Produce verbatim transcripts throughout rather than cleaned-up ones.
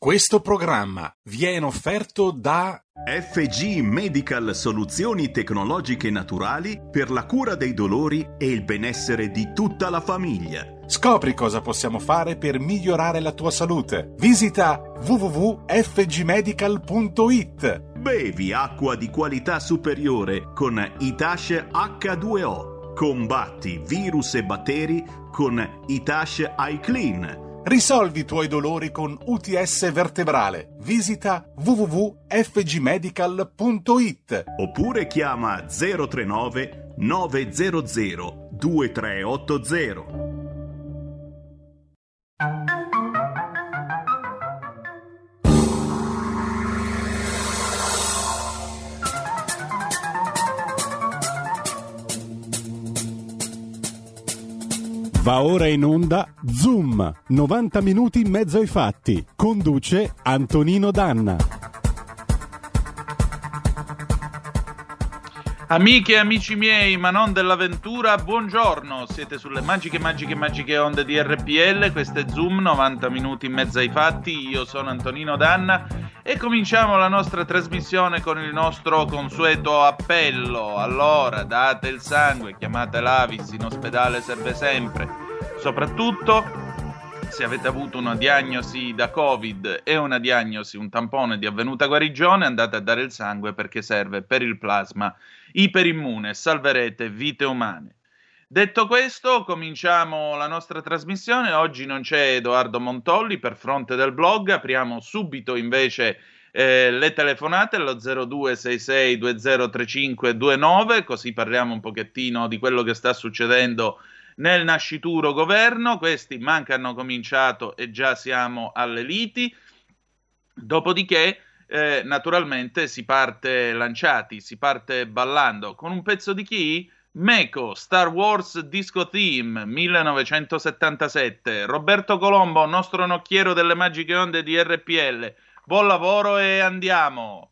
Questo programma viene offerto da F G Medical Soluzioni Tecnologiche Naturali per la cura dei dolori e il benessere di tutta la famiglia. Scopri cosa possiamo fare per migliorare la tua salute. Visita w w w punto f g medical punto i t. Bevi acqua di qualità superiore con Itash acca due o. Combatti virus e batteri con Itash iClean. Risolvi i tuoi dolori con U T S vertebrale. Visita w w w punto f g medical punto i t. Oppure chiama zero tre nove nove zero zero due tre otto zero. Va ora in onda Zoom, novanta minuti in mezzo ai fatti. Conduce Antonino Danna. Amiche e amici miei, ma non dell'avventura, buongiorno. Siete sulle magiche, magiche, magiche onde di R P L. Questo è Zoom, novanta minuti in mezzo ai fatti. Io sono Antonino Danna e cominciamo la nostra trasmissione con il nostro consueto appello. Allora, date il sangue, chiamate l'Avis, in ospedale serve sempre. Soprattutto se avete avuto una diagnosi da Covid e una diagnosi, un tampone di avvenuta guarigione, andate a dare il sangue perché serve per il plasma iperimmune, salverete vite umane. Detto questo, cominciamo la nostra trasmissione. Oggi non c'è Edoardo Montolli per fronte del blog, apriamo subito invece eh, le telefonate allo zero due sei sei due zero tre cinque due nove, così parliamo un pochettino di quello che sta succedendo nel nascituro governo. Questi manca hanno cominciato e già siamo alle liti. Dopodiché eh, naturalmente si parte lanciati, si parte ballando con un pezzo di chi? Meco, Star Wars Disco Theme millenovecentosettantasette. Roberto Colombo, nostro nocchiero delle magiche onde di R P L. Buon lavoro e andiamo!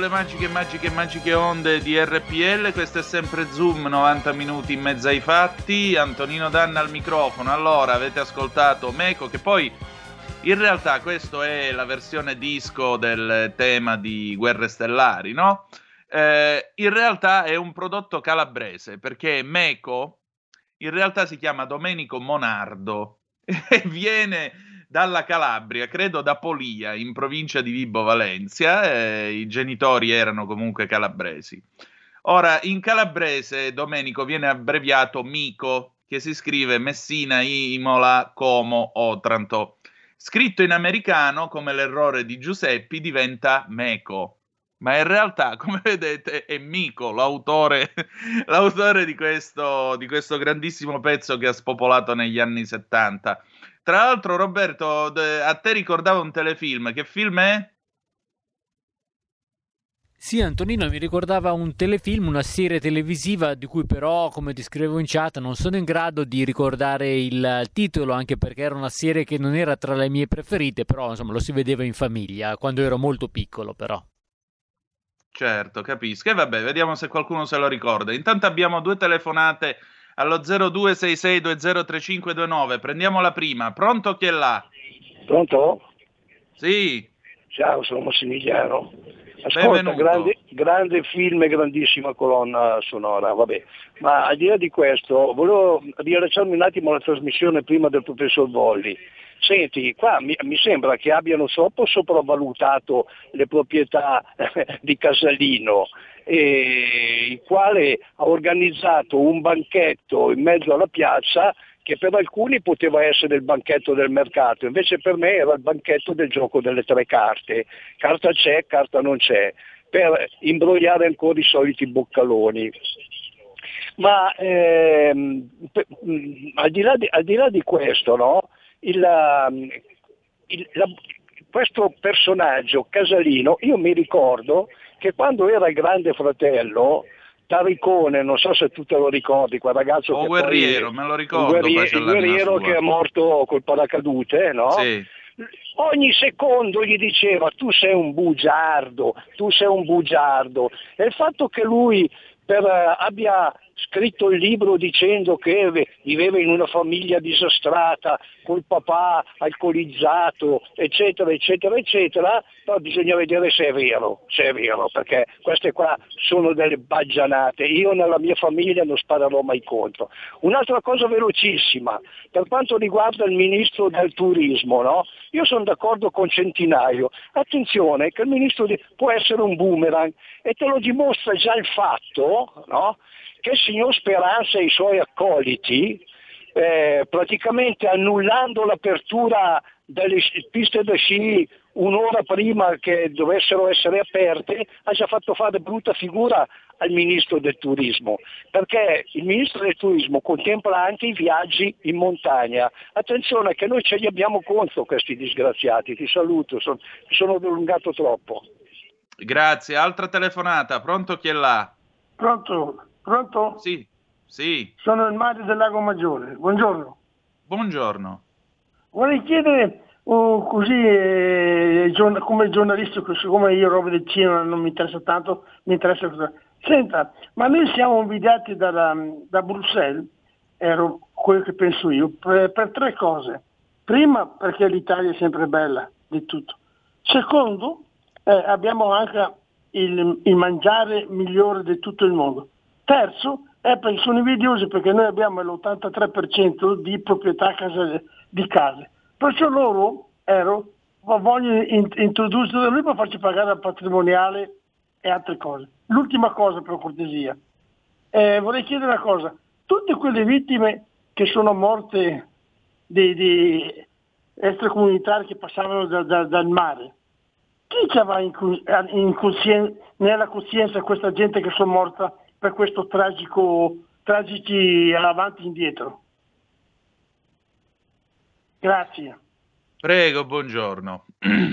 sulle magiche, magiche, magiche onde di R P L. Questo è sempre Zoom, novanta minuti in mezzo ai fatti. Antonino Danna al microfono. Allora, avete ascoltato Meco, che poi in realtà questo è la versione disco del tema di Guerre Stellari, no? Eh, in realtà è un prodotto calabrese, perché Meco in realtà si chiama Domenico Monardo e viene dalla Calabria, credo da Polia, in provincia di Vibo Valentia. Eh, i genitori erano comunque calabresi. Ora, in calabrese Domenico viene abbreviato Mico, che si scrive Messina, Imola, Como, Otranto. Scritto in americano, come l'errore di Giuseppi, diventa Meco. Ma in realtà, come vedete, è Mico l'autore, l'autore di questo, di questo grandissimo pezzo che ha spopolato negli anni settanta. Tra l'altro, Roberto, a te ricordava un telefilm. Che film è? Sì, Antonino, mi ricordava un telefilm, una serie televisiva di cui però, come ti scrivevo in chat, non sono in grado di ricordare il titolo, anche perché era una serie che non era tra le mie preferite, però insomma lo si vedeva in famiglia, quando ero molto piccolo però. Certo, capisco. E vabbè, vediamo se qualcuno se lo ricorda. Intanto abbiamo due telefonate allo zero due sei sei due zero tre cinque due nove. Prendiamo la prima. Pronto, chi è là? Pronto? Sì. Ciao, sono Massimiliano. Ascolta, grande, grande film e grandissima colonna sonora, vabbè. Ma al di là di questo, volevo riallacciarmi un attimo alla trasmissione prima del professor Volli. Senti, qua mi, mi sembra che abbiano troppo sopravvalutato le proprietà eh, di Casalino, eh, il quale ha organizzato un banchetto in mezzo alla piazza che per alcuni poteva essere il banchetto del mercato, invece per me era il banchetto del gioco delle tre carte, carta c'è, carta non c'è, per imbrogliare ancora i soliti boccaloni. Ma ehm, per, mh, al, di là di, al di là di questo, no? Il, il, la, questo personaggio Casalino, io mi ricordo che quando era il Grande Fratello, Taricone, non so se tu te lo ricordi, quel ragazzo o che guerriero, poi, me lo ricordo, il guerriero, il guerriero che è morto col paracadute, no? Sì. Ogni secondo gli diceva tu sei un bugiardo, tu sei un bugiardo, e il fatto che lui per, uh, abbia scritto il libro dicendo che viveva in una famiglia disastrata, col papà alcolizzato, eccetera, eccetera, eccetera, però bisogna vedere se è vero, se è vero, perché queste qua sono delle baggianate, io nella mia famiglia non sparerò mai contro. Un'altra cosa velocissima, per quanto riguarda il ministro del turismo, no? Io sono d'accordo con Centinaio, attenzione che il ministro di... può essere un boomerang, e te lo dimostra già il fatto, no? Che il signor Speranza e i suoi accoliti, eh, praticamente annullando l'apertura delle piste da sci un'ora prima che dovessero essere aperte, ha già fatto fare brutta figura al ministro del turismo, perché il ministro del turismo contempla anche i viaggi in montagna. Attenzione che noi ce li abbiamo contro questi disgraziati. Ti saluto, son, mi sono allungato troppo. Grazie. Altra telefonata. Pronto, chi è là? Pronto? Pronto? Sì, sì. Sono il Mario del Lago Maggiore. Buongiorno. Buongiorno. Vorrei chiedere uh, così, eh, giorn- come giornalista, siccome io roba del cinema non mi interessa tanto, mi interessa cosa. Senta, ma noi siamo invidiati dalla, da Bruxelles, ero quello che penso io, per, per tre cose. Prima, perché l'Italia è sempre bella di tutto. Secondo, eh, abbiamo anche il, il mangiare migliore di tutto il mondo. Terzo, è perché sono invidiosi perché noi abbiamo l'ottantatré per cento di proprietà case, di case. Perciò loro ero, voglio introdursi da lui per farci pagare la patrimoniale e altre cose. L'ultima cosa, per cortesia, eh, vorrei chiedere una cosa. Tutte quelle vittime che sono morte di, di extracomunitari che passavano da, da, dal mare, chi ci aveva in, in coscien- nella coscienza questa gente che sono morta per questo tragico, tragici avanti e indietro? Grazie. Prego, buongiorno.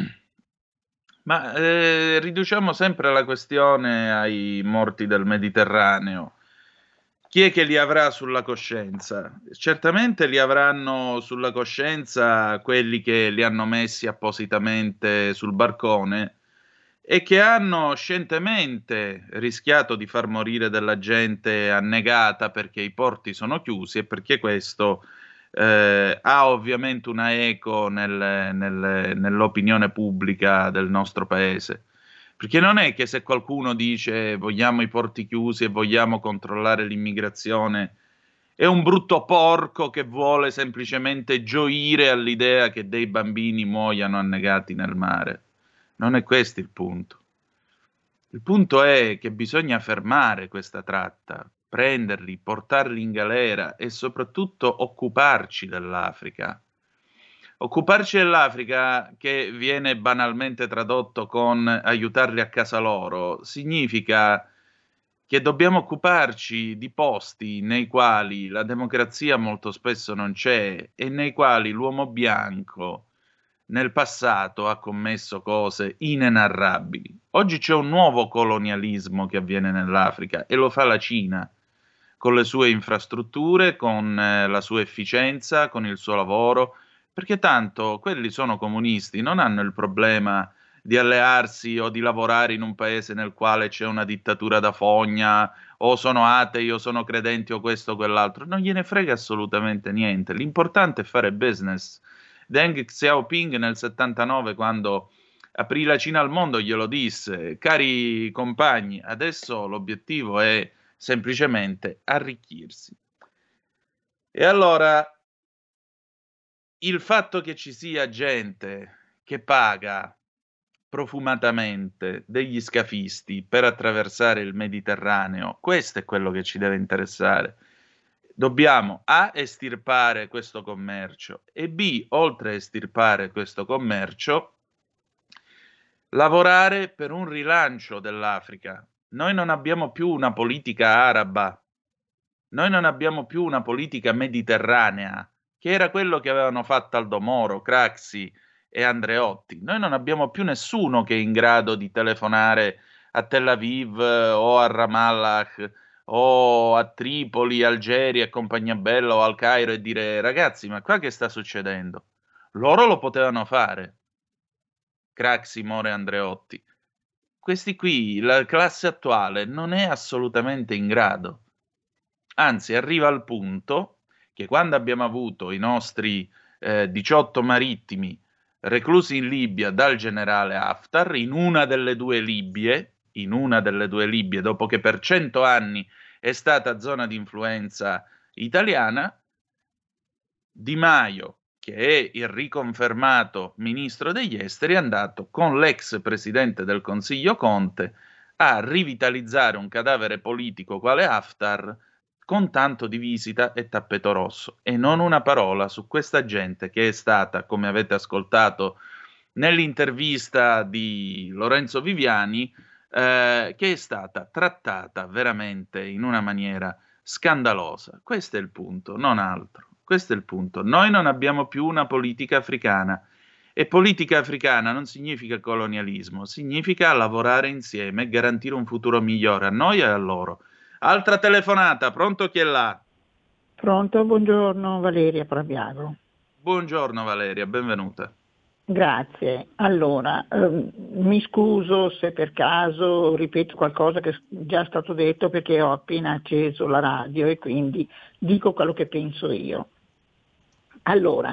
Ma eh, riduciamo sempre la questione ai morti del Mediterraneo. Chi è che li avrà sulla coscienza? Certamente li avranno sulla coscienza quelli che li hanno messi appositamente sul barcone e che hanno scientemente rischiato di far morire della gente annegata perché i porti sono chiusi e perché questo eh, ha ovviamente una eco nel, nel, nell'opinione pubblica del nostro paese. Perché non è che se qualcuno dice vogliamo i porti chiusi e vogliamo controllare l'immigrazione, è un brutto porco che vuole semplicemente gioire all'idea che dei bambini muoiano annegati nel mare. Non è questo il punto. Il punto è che bisogna fermare questa tratta, prenderli, portarli in galera e soprattutto occuparci dell'Africa. Occuparci dell'Africa, che viene banalmente tradotto con aiutarli a casa loro, significa che dobbiamo occuparci di posti nei quali la democrazia molto spesso non c'è e nei quali l'uomo bianco nel passato ha commesso cose inenarrabili. Oggi c'è un nuovo colonialismo che avviene nell'Africa e lo fa la Cina, con le sue infrastrutture, con eh, la sua efficienza, con il suo lavoro, perché tanto quelli sono comunisti, non hanno il problema di allearsi o di lavorare in un paese nel quale c'è una dittatura da fogna, o sono atei o sono credenti o questo o quell'altro, non gliene frega assolutamente niente. L'importante è fare business. Deng Xiaoping nel settantanove, quando aprì la Cina al mondo, glielo disse: cari compagni, adesso l'obiettivo è semplicemente arricchirsi. E allora il fatto che ci sia gente che paga profumatamente degli scafisti per attraversare il Mediterraneo, questo è quello che ci deve interessare. Dobbiamo A, estirpare questo commercio e B, oltre a estirpare questo commercio, lavorare per un rilancio dell'Africa. Noi non abbiamo più una politica araba, noi non abbiamo più una politica mediterranea, che era quello che avevano fatto Aldo Moro, Craxi e Andreotti. Noi non abbiamo più nessuno che è in grado di telefonare a Tel Aviv o a Ramallah o a Tripoli, Algeria e compagnia bella o al Cairo e dire: ragazzi, ma qua che sta succedendo? Loro lo potevano fare, Craxi, Moro e Andreotti. Questi qui, la classe attuale, non è assolutamente in grado. Anzi, arriva al punto che quando abbiamo avuto i nostri eh, diciotto marittimi reclusi in Libia dal generale Haftar, in una delle due Libie, in una delle due Libie, dopo che per cento anni è stata zona di influenza italiana, Di Maio, che è il riconfermato ministro degli esteri, è andato con l'ex presidente del Consiglio Conte a rivitalizzare un cadavere politico quale Haftar con tanto di visita e tappeto rosso, e non una parola su questa gente che è stata, come avete ascoltato nell'intervista di Lorenzo Viviani, eh, che è stata trattata veramente in una maniera scandalosa. Questo è il punto, non altro. Questo è il punto. Noi non abbiamo più una politica africana, e politica africana non significa colonialismo, significa lavorare insieme e garantire un futuro migliore a noi e a loro. Altra telefonata, pronto, chi è là? Pronto, buongiorno, Valeria Praviago. Buongiorno Valeria, benvenuta. Grazie. Allora, ehm, mi scuso se per caso ripeto qualcosa che è già stato detto, perché ho appena acceso la radio e quindi dico quello che penso io. Allora,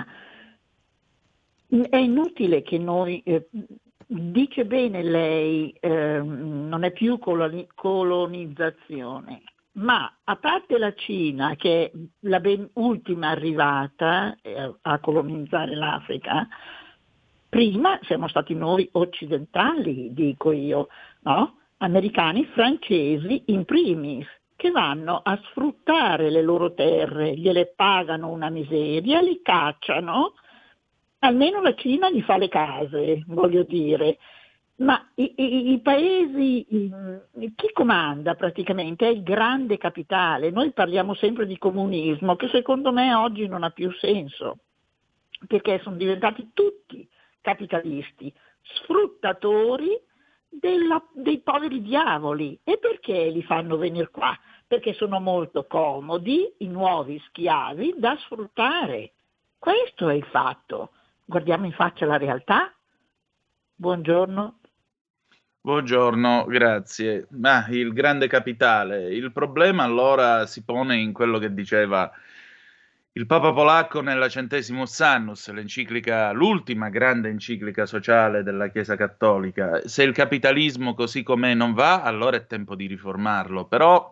è inutile che noi, eh, dice bene lei, eh, non è più coloni- colonizzazione, ma a parte la Cina, che è la ben ultima arrivata eh, a colonizzare l'Africa, prima siamo stati noi occidentali, dico io, no? Americani, francesi in primis, che vanno a sfruttare le loro terre, gliele pagano una miseria, li cacciano. Almeno la Cina gli fa le case, voglio dire, ma i, i, i paesi, i, chi comanda praticamente è il grande capitale. Noi parliamo sempre di comunismo, che secondo me oggi non ha più senso, perché sono diventati tutti capitalisti, sfruttatori della, dei poveri diavoli. E perché li fanno venire qua? Perché sono molto comodi, i nuovi schiavi da sfruttare. Questo è il fatto. Guardiamo in faccia la realtà. Buongiorno. Buongiorno, grazie. Ma il grande capitale, il problema allora si pone in quello che diceva il Papa polacco nella Centesimus Annus, l'enciclica, l'ultima grande enciclica sociale della Chiesa Cattolica. Se il capitalismo così com'è non va, allora è tempo di riformarlo. Però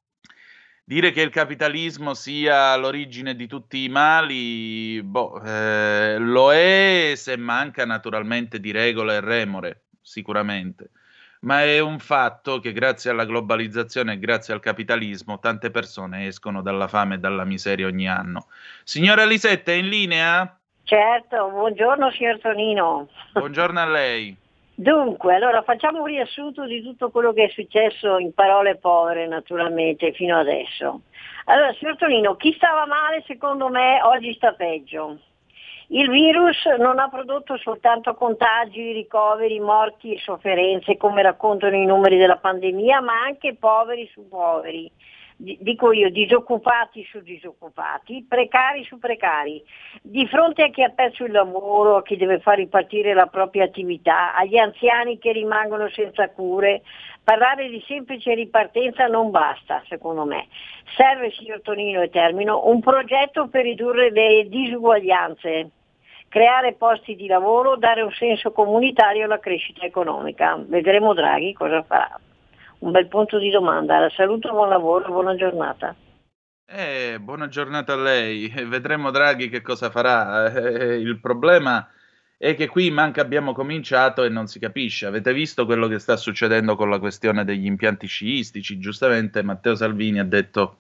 dire che il capitalismo sia l'origine di tutti i mali, boh, eh, lo è se manca naturalmente di regole e remore, sicuramente. Ma è un fatto che grazie alla globalizzazione e grazie al capitalismo tante persone escono dalla fame e dalla miseria ogni anno. Signora Lisetta, è in linea? Certo, buongiorno signor Tonino. Buongiorno a lei. Dunque, allora facciamo un riassunto di tutto quello che è successo in parole povere naturalmente fino adesso. Allora signor Tonino, chi stava male secondo me oggi sta peggio. Il virus non ha prodotto soltanto contagi, ricoveri, morti e sofferenze come raccontano i numeri della pandemia, ma anche poveri su poveri. Dico io, disoccupati su disoccupati, precari su precari, di fronte a chi ha perso il lavoro, a chi deve far ripartire la propria attività, agli anziani che rimangono senza cure, parlare di semplice ripartenza non basta, secondo me. Serve, signor Tonino, e termino, un progetto per ridurre le disuguaglianze, creare posti di lavoro, dare un senso comunitario alla crescita economica. Vedremo Draghi cosa farà. Un bel punto di domanda. La saluto, buon lavoro, buona giornata. Eh, buona giornata a lei. Vedremo Draghi che cosa farà. Eh, il problema è che qui manca abbiamo cominciato e non si capisce. Avete visto quello che sta succedendo con la questione degli impianti sciistici? Giustamente Matteo Salvini ha detto: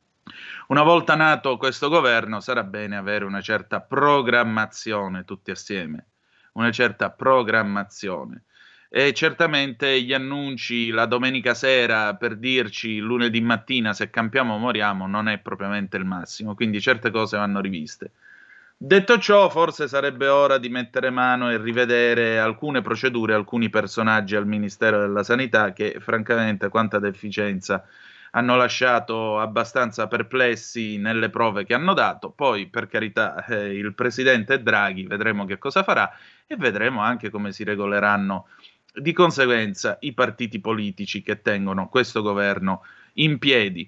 una volta nato questo governo sarà bene avere una certa programmazione tutti assieme, una certa programmazione. E certamente gli annunci la domenica sera per dirci lunedì mattina se campiamo o moriamo non è propriamente il massimo, quindi certe cose vanno riviste. Detto ciò, forse sarebbe ora di mettere mano e rivedere alcune procedure, alcuni personaggi al Ministero della Sanità che francamente quanta deficienza hanno lasciato abbastanza perplessi nelle prove che hanno dato. Poi, per carità, eh, il presidente Draghi, vedremo che cosa farà e vedremo anche come si regoleranno di conseguenza i partiti politici che tengono questo governo in piedi.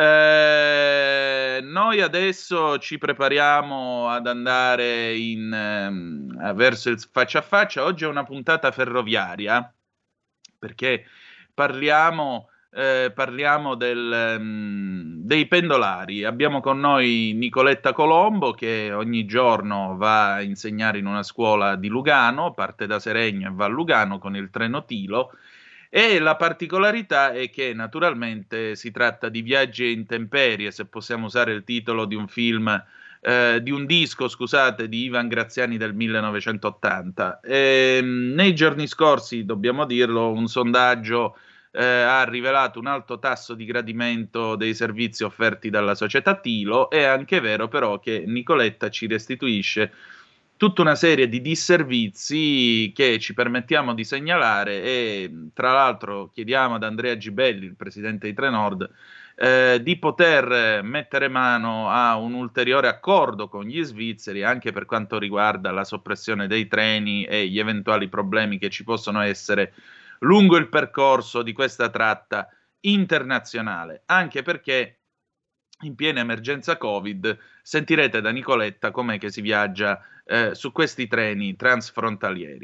Eh, noi adesso ci prepariamo ad andare in, ehm, verso il faccia a faccia. Oggi è una puntata ferroviaria perché parliamo eh, parliamo del, um, dei pendolari. Abbiamo con noi Nicoletta Colombo che ogni giorno va a insegnare in una scuola di Lugano, parte da Seregno e va a Lugano con il treno Tilo. E la particolarità è che naturalmente si tratta di viaggi e intemperie, se possiamo usare il titolo di un film, eh, di un disco, scusate, di Ivan Graziani del millenovecentottanta. E, nei giorni scorsi, dobbiamo dirlo, un sondaggio eh, ha rivelato un alto tasso di gradimento dei servizi offerti dalla società Tilo. È anche vero però che Nicoletta ci restituisce tutta una serie di disservizi che ci permettiamo di segnalare e tra l'altro chiediamo ad Andrea Gibelli, il presidente di Trenord, eh, di poter mettere mano a un ulteriore accordo con gli svizzeri anche per quanto riguarda la soppressione dei treni e gli eventuali problemi che ci possono essere lungo il percorso di questa tratta internazionale, anche perché in piena emergenza Covid sentirete da Nicoletta com'è che si viaggia eh, su questi treni transfrontalieri.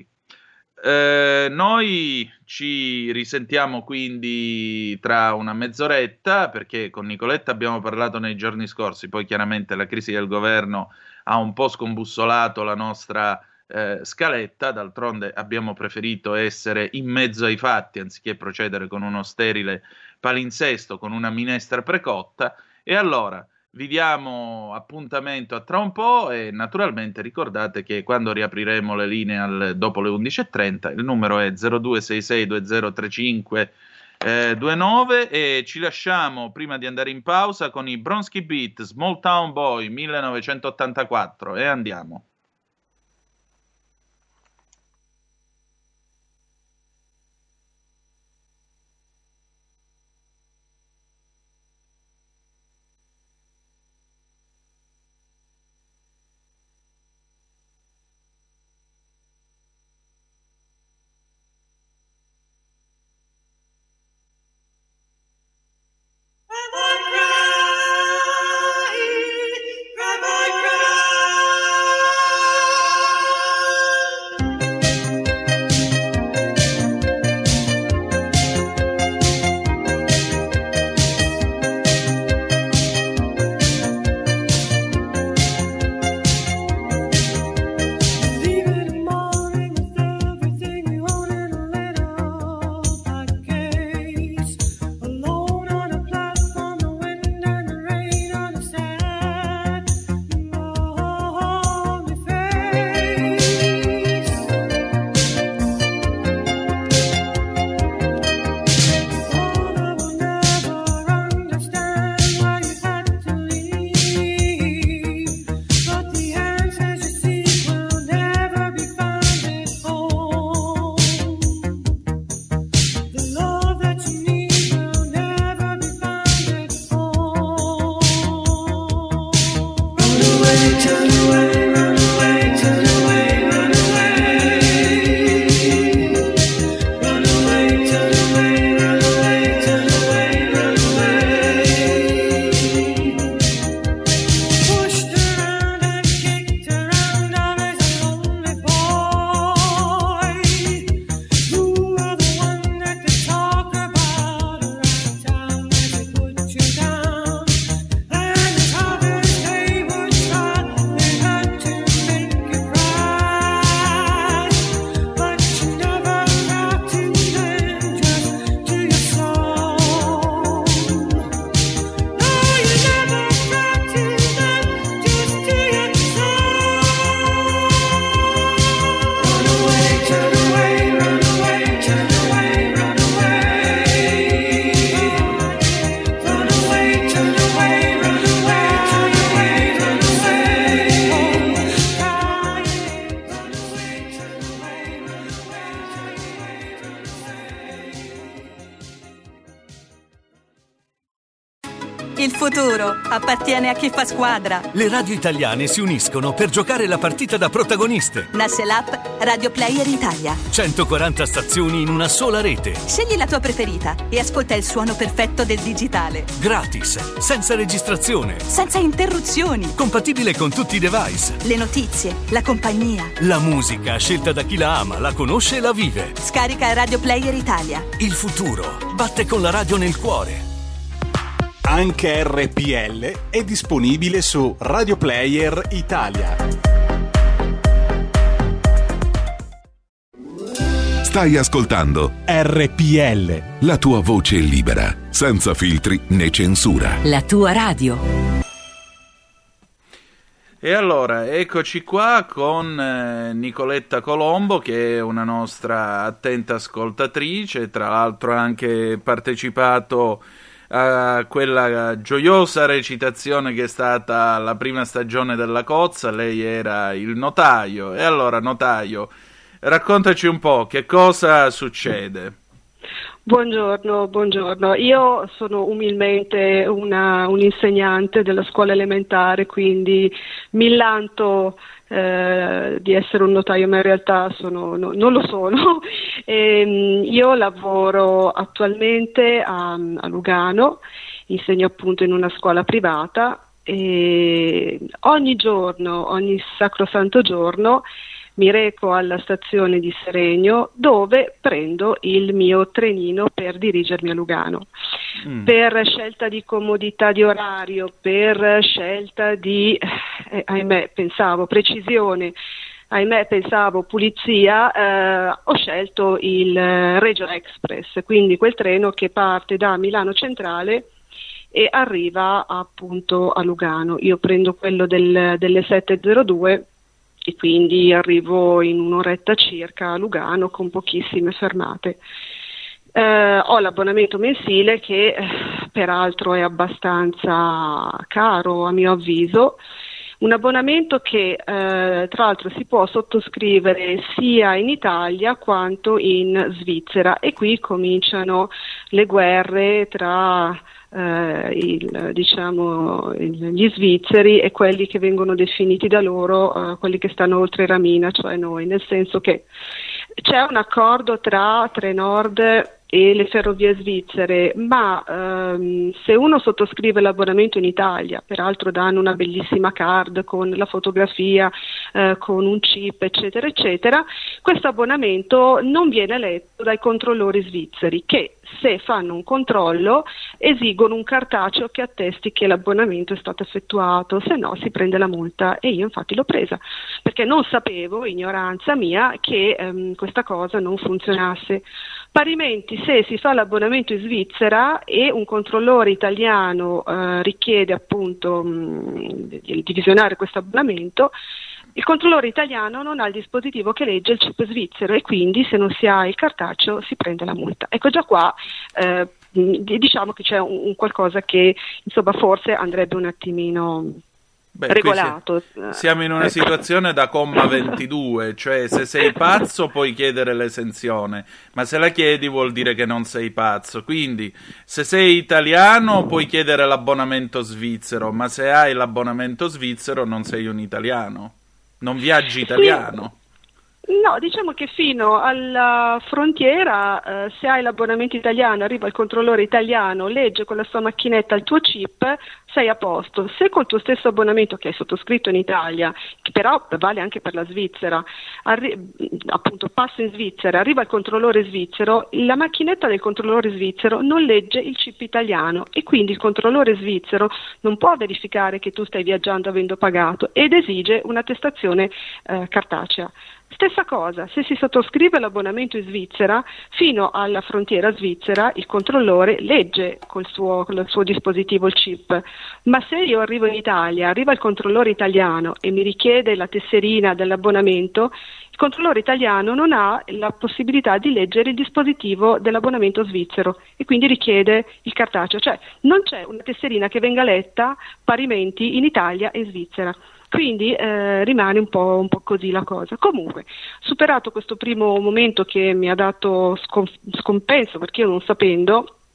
Eh, noi ci risentiamo quindi tra una mezz'oretta perché con Nicoletta abbiamo parlato nei giorni scorsi, poi chiaramente la crisi del governo ha un po' scombussolato la nostra eh, scaletta, d'altronde abbiamo preferito essere in mezzo ai fatti anziché procedere con uno sterile palinsesto, con una minestra precotta. E allora vi diamo appuntamento a tra un po' e naturalmente ricordate che quando riapriremo le linee al, dopo le undici e trenta il numero è zero due sei sei due zero tre cinque due nove e ci lasciamo prima di andare in pausa con i Bronski Beat Small Town Boy millenovecentottantaquattro e andiamo. Il futuro appartiene a chi fa squadra. Le radio italiane si uniscono per giocare la partita da protagoniste. Nasce l'app Radio Player Italia. centoquaranta stazioni in una sola rete. Scegli la tua preferita e ascolta il suono perfetto del digitale. Gratis, senza registrazione. Senza interruzioni. Compatibile con tutti i device. Le notizie, la compagnia. La musica, scelta da chi la ama, la conosce e la vive. Scarica Radio Player Italia. Il futuro batte con la radio nel cuore. Anche R P L è disponibile su Radio Player Italia. Stai ascoltando R P L, la tua voce libera, senza filtri né censura. La tua radio. E allora, eccoci qua con eh, Nicoletta Colombo, che è una nostra attenta ascoltatrice, tra l'altro ha anche partecipato a quella gioiosa recitazione che è stata la prima stagione della Cozza. Lei era il notaio. E allora, notaio, raccontaci un po' che cosa succede. Buongiorno, buongiorno. Io sono umilmente una, un insegnante della scuola elementare, quindi mi illanto eh, di essere un notaio, ma in realtà sono, no, non lo sono. E, io lavoro attualmente a, a Lugano, insegno appunto in una scuola privata e ogni giorno, ogni sacrosanto giorno, mi reco alla stazione di Seregno, dove prendo il mio trenino per dirigermi a Lugano. Mm. Per scelta di comodità di orario, per scelta di, eh, ahimè, pensavo, precisione, ahimè, pensavo pulizia, eh, ho scelto il Regio Express, quindi quel treno che parte da Milano Centrale e arriva appunto a Lugano. Io prendo quello del, delle sette e zero due e quindi arrivo in un'oretta circa a Lugano con pochissime fermate. Eh, ho l'abbonamento mensile che eh, peraltro è abbastanza caro a mio avviso, un abbonamento che eh, tra l'altro si può sottoscrivere sia in Italia quanto in Svizzera, e qui cominciano le guerre tra Uh, il, diciamo il, gli svizzeri e quelli che vengono definiti da loro uh, quelli che stanno oltre Ramina, cioè noi, nel senso che c'è un accordo tra Trenord e le ferrovie svizzere, ma um, se uno sottoscrive l'abbonamento in Italia, peraltro danno una bellissima card con la fotografia, uh, con un chip eccetera eccetera, questo abbonamento non viene letto dai controllori svizzeri, che se fanno un controllo esigono un cartaceo che attesti che l'abbonamento è stato effettuato, se no si prende la multa, e io infatti l'ho presa perché non sapevo, ignoranza mia, che um, questa cosa non funzionasse. Parimenti, se si fa l'abbonamento in Svizzera e un controllore italiano uh, richiede appunto mh, di, di visionare questo abbonamento, il controllore italiano non ha il dispositivo che legge il chip svizzero e quindi se non si ha il cartaceo si prende la multa. Ecco, già qua eh, diciamo che c'è un, un qualcosa che insomma forse andrebbe un attimino Beh, regolato. Siamo in una situazione da comma ventidue, cioè se sei pazzo puoi chiedere l'esenzione, ma se la chiedi vuol dire che non sei pazzo. Quindi se sei italiano puoi chiedere l'abbonamento svizzero, ma se hai l'abbonamento svizzero non sei un italiano. Non viaggi italiano? No, diciamo che fino alla frontiera, eh, se hai l'abbonamento italiano, arriva il controllore italiano, legge con la sua macchinetta il tuo chip, sei a posto. Se col tuo stesso abbonamento che hai sottoscritto in Italia, che però vale anche per la Svizzera, arri- appunto passo in Svizzera, arriva il controllore svizzero, la macchinetta del controllore svizzero non legge il chip italiano e quindi il controllore svizzero non può verificare che tu stai viaggiando avendo pagato ed esige un'attestazione eh, cartacea. Stessa cosa, se si sottoscrive l'abbonamento in Svizzera, fino alla frontiera svizzera il controllore legge col suo, con il suo dispositivo il chip, ma se io arrivo in Italia, arriva il controllore italiano e mi richiede la tesserina dell'abbonamento, il controllore italiano non ha la possibilità di leggere il dispositivo dell'abbonamento svizzero e quindi richiede il cartaceo, cioè non c'è una tesserina che venga letta parimenti in Italia e in Svizzera. Quindi eh, rimane un po', un po' così la cosa. Comunque, superato questo primo momento che mi ha dato scom- scompenso, perché io non sapendo,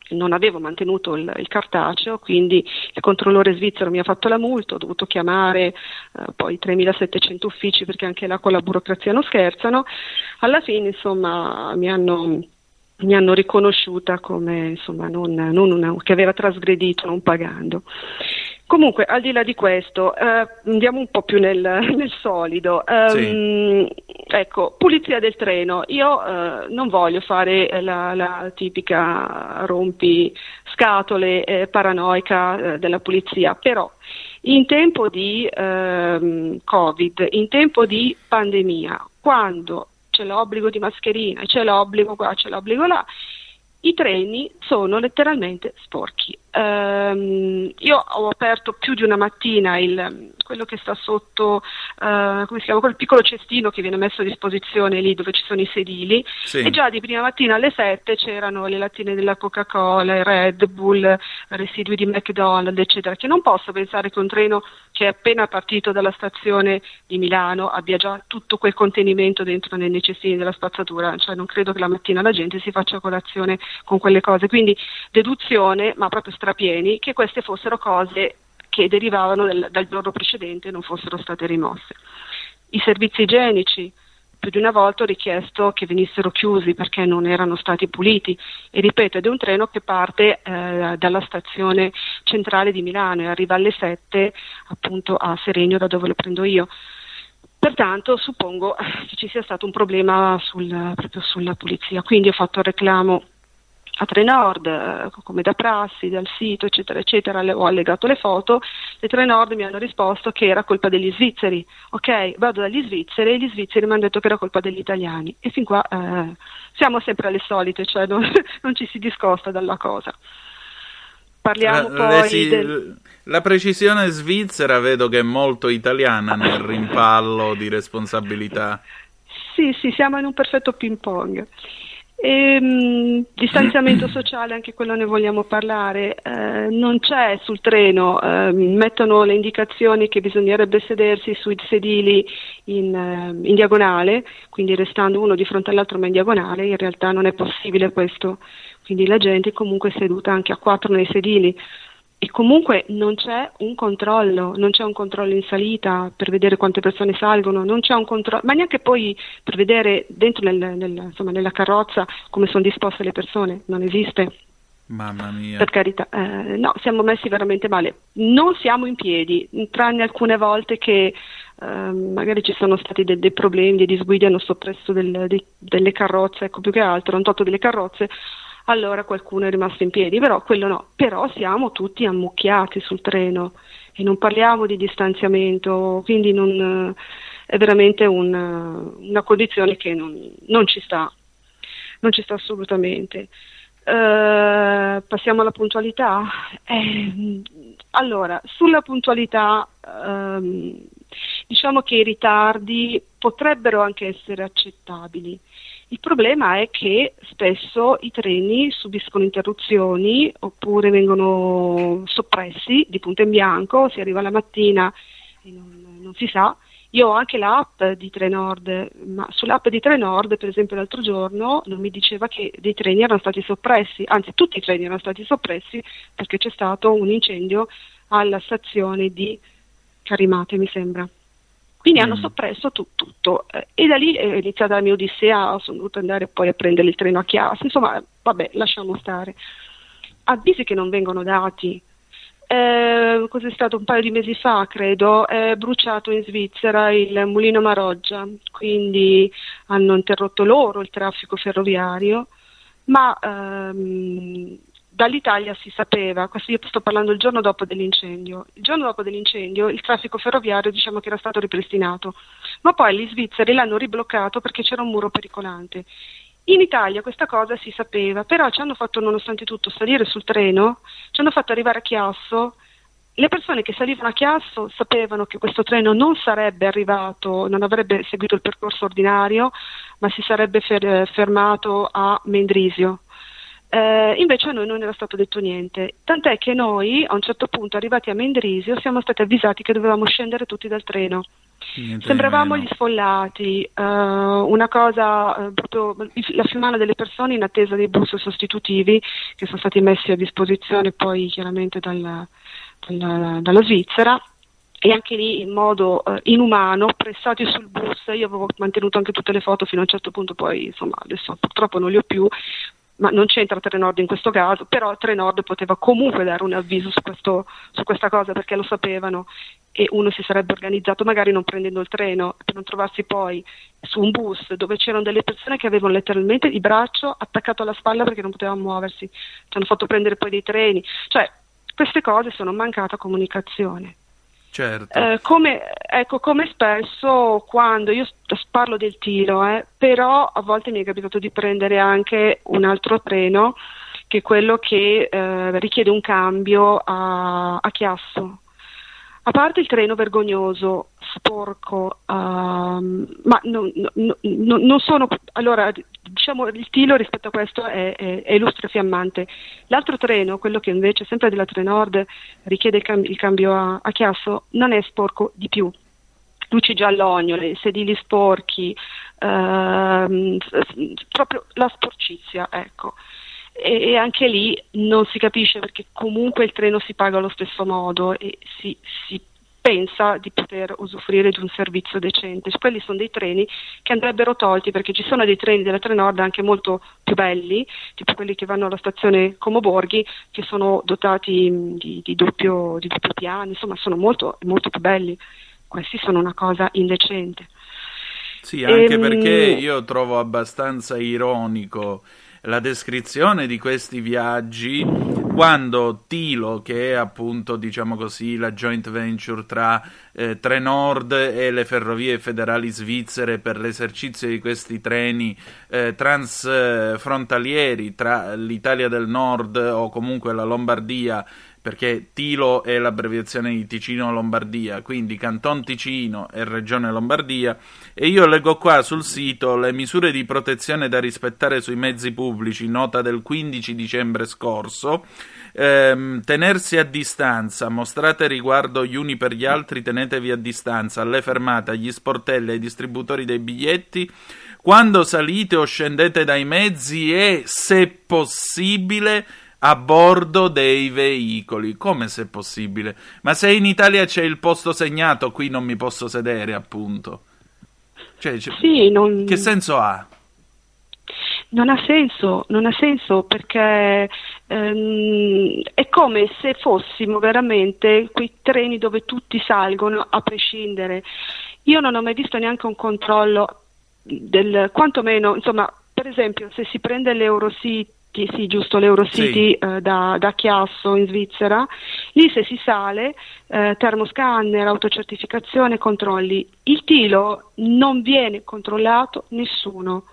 non avevo mantenuto il, il cartaceo, quindi il controllore svizzero mi ha fatto la multa, ho dovuto chiamare eh, poi tremilasettecento uffici, perché anche là con la burocrazia non scherzano. Alla fine insomma mi hanno, mi hanno riconosciuta come insomma non, non una, che aveva trasgredito non pagando. Comunque, al di là di questo, eh, andiamo un po' più nel, nel solido. Um, sì. Ecco, pulizia del treno. Io eh, non voglio fare la, la tipica rompiscatole eh, paranoica eh, della pulizia, però in tempo di eh, Covid, in tempo di pandemia, quando c'è l'obbligo di mascherina, c'è l'obbligo qua, c'è l'obbligo là, i treni sono letteralmente sporchi. Um, io ho aperto più di una mattina il, quello che sta sotto, uh, come si chiama, quel piccolo cestino che viene messo a disposizione lì dove ci sono i sedili, sì. E già di prima mattina alle sette c'erano le lattine della Coca-Cola, il Red Bull, residui di McDonald's, eccetera, che non posso pensare che un treno che è appena partito dalla stazione di Milano abbia già tutto quel contenimento dentro nei cestini della spazzatura, cioè non credo che la mattina la gente si faccia colazione con quelle cose, quindi deduzione, ma proprio strapieni, che queste fossero cose che derivavano del, dal giorno precedente e non fossero state rimosse. I servizi igienici, più di una volta ho richiesto che venissero chiusi perché non erano stati puliti, e ripeto, ed è un treno che parte eh, dalla stazione centrale di Milano e arriva alle sette appunto a Seregno, da dove lo prendo io. Pertanto suppongo che ci sia stato un problema sul, proprio sulla pulizia, quindi ho fatto il reclamo a Trenord, come da prassi, dal sito, eccetera, eccetera, le, ho allegato le foto. Le Trenord mi hanno risposto che era colpa degli svizzeri. Ok, vado dagli svizzeri e gli svizzeri mi hanno detto che era colpa degli italiani. E fin qua eh, siamo sempre alle solite, cioè non, non ci si discosta dalla cosa. Parliamo la, poi si, del... La precisione svizzera vedo che è molto italiana nel rimpallo di responsabilità. Sì, sì, siamo in un perfetto ping pong. E, mh, distanziamento sociale, anche quello ne vogliamo parlare. Eh, non c'è sul treno, eh, mettono le indicazioni che bisognerebbe sedersi sui sedili in, uh, in diagonale, quindi restando uno di fronte all'altro ma in diagonale. In realtà non è possibile questo, quindi la gente comunque è seduta anche a quattro nei sedili. E comunque non c'è un controllo, non c'è un controllo in salita per vedere quante persone salgono, non c'è un controllo, ma neanche poi per vedere dentro nel, nel, insomma, nella carrozza come sono disposte le persone, non esiste. Mamma mia. Per carità, eh, no, siamo messi veramente male. Non siamo in piedi, tranne alcune volte che eh, magari ci sono stati de- dei problemi, dei disguidi, hanno soppresso del, de- delle carrozze, ecco, più che altro, hanno tolto delle carrozze. Allora qualcuno è rimasto in piedi, però quello no, però siamo tutti ammucchiati sul treno e non parliamo di distanziamento, quindi non, è veramente un, una condizione che non, non ci sta, non ci sta assolutamente. Uh, passiamo alla puntualità. Eh, allora, sulla puntualità um, diciamo che i ritardi potrebbero anche essere accettabili. Il problema è che spesso i treni subiscono interruzioni oppure vengono soppressi di punto in bianco, si arriva la mattina e non, non si sa. Io ho anche l'app di Trenord, ma sull'app di Trenord, per esempio l'altro giorno, non mi diceva che dei treni erano stati soppressi, anzi tutti i treni erano stati soppressi perché c'è stato un incendio alla stazione di Carimate, mi sembra. Quindi mm. hanno soppresso tu, tutto eh, e da lì è iniziata la mia odissea, sono dovuta andare poi a prendere il treno a Chiasso, insomma vabbè, lasciamo stare. Avvisi che non vengono dati. Eh, cos'è stato un paio di mesi fa, credo, è bruciato in Svizzera il mulino Maroggia, quindi hanno interrotto loro il traffico ferroviario, ma ehm, dall'Italia si sapeva, questo io sto parlando il giorno dopo dell'incendio, il giorno dopo dell'incendio il traffico ferroviario diciamo che era stato ripristinato, ma poi gli svizzeri l'hanno ribloccato perché c'era un muro pericolante. In Italia questa cosa si sapeva, però ci hanno fatto nonostante tutto salire sul treno, ci hanno fatto arrivare a Chiasso. Le persone che salivano a Chiasso sapevano che questo treno non sarebbe arrivato, non avrebbe seguito il percorso ordinario, ma si sarebbe fer- fermato a Mendrisio. Eh, invece a noi non era stato detto niente, tant'è che noi a un certo punto, arrivati a Mendrisio, siamo stati avvisati che dovevamo scendere tutti dal treno. Niente Sembravamo gli sfollati, uh, una cosa, uh, proprio la fiumana delle persone in attesa dei bus sostitutivi che sono stati messi a disposizione poi chiaramente dal, dal, dalla Svizzera, e anche lì in modo uh, inumano, pressati sul bus. Io avevo mantenuto anche tutte le foto fino a un certo punto, poi insomma adesso purtroppo non li ho più, ma non c'entra Trenord in questo caso, però Trenord poteva comunque dare un avviso su, questo, su questa cosa, perché lo sapevano e uno si sarebbe organizzato magari non prendendo il treno, per non trovarsi poi su un bus dove c'erano delle persone che avevano letteralmente il braccio attaccato alla spalla perché non potevano muoversi, ci hanno fatto prendere poi dei treni, cioè queste cose sono mancata comunicazione. Certo. Eh, come, ecco, come spesso quando io parlo del tiro, eh, però a volte mi è capitato di prendere anche un altro treno, che è quello che eh, richiede un cambio a, a Chiasso. A parte il treno vergognoso, sporco, um, ma non, non, non, non sono, allora diciamo il tiro rispetto a questo è, è, è lustre fiammante. L'altro treno, quello che invece sempre della Trenord richiede il, cam- il cambio a, a Chiasso, non è sporco di più. Luci giallognole, sedili sporchi, ehm, proprio la sporcizia, ecco. E anche lì non si capisce, perché comunque il treno si paga allo stesso modo e si, si pensa di poter usufruire di un servizio decente. Quelli sono dei treni che andrebbero tolti, perché ci sono dei treni della Trenord anche molto più belli, tipo quelli che vanno alla stazione Como Borghi, che sono dotati di, di, doppio, di doppio piano, insomma sono molto, molto più belli. Questi sono una cosa indecente. Sì, anche ehm... perché io trovo abbastanza ironico la descrizione di questi viaggi quando Tilo, che è appunto, diciamo così, la joint venture tra eh, Trenord e le ferrovie federali svizzere per l'esercizio di questi treni eh, transfrontalieri tra l'Italia del Nord o comunque la Lombardia, perché Tilo è l'abbreviazione di Ticino-Lombardia, quindi Canton Ticino e Regione Lombardia, e io leggo qua sul sito le misure di protezione da rispettare sui mezzi pubblici, nota del quindici dicembre scorso. Ehm, tenersi a distanza, mostrate riguardo gli uni per gli altri, tenetevi a distanza alle fermate, agli sportelli, ai distributori dei biglietti, quando salite o scendete dai mezzi e, se possibile, a bordo dei veicoli. Come se possibile? Ma se in Italia c'è il posto segnato, qui non mi posso sedere, appunto. Cioè, cioè, sì, non... che senso ha? Non ha senso, non ha senso perché ehm, è come se fossimo veramente quei treni dove tutti salgono a prescindere. Io non ho mai visto neanche un controllo del, quantomeno, insomma, per esempio, se si prende l'Eurocity, sì, giusto, l'Eurocity, sì. eh, da, da Chiasso in Svizzera, lì se si sale, eh, termoscanner, autocertificazione, controlli. Il Tilo non viene controllato nessuno.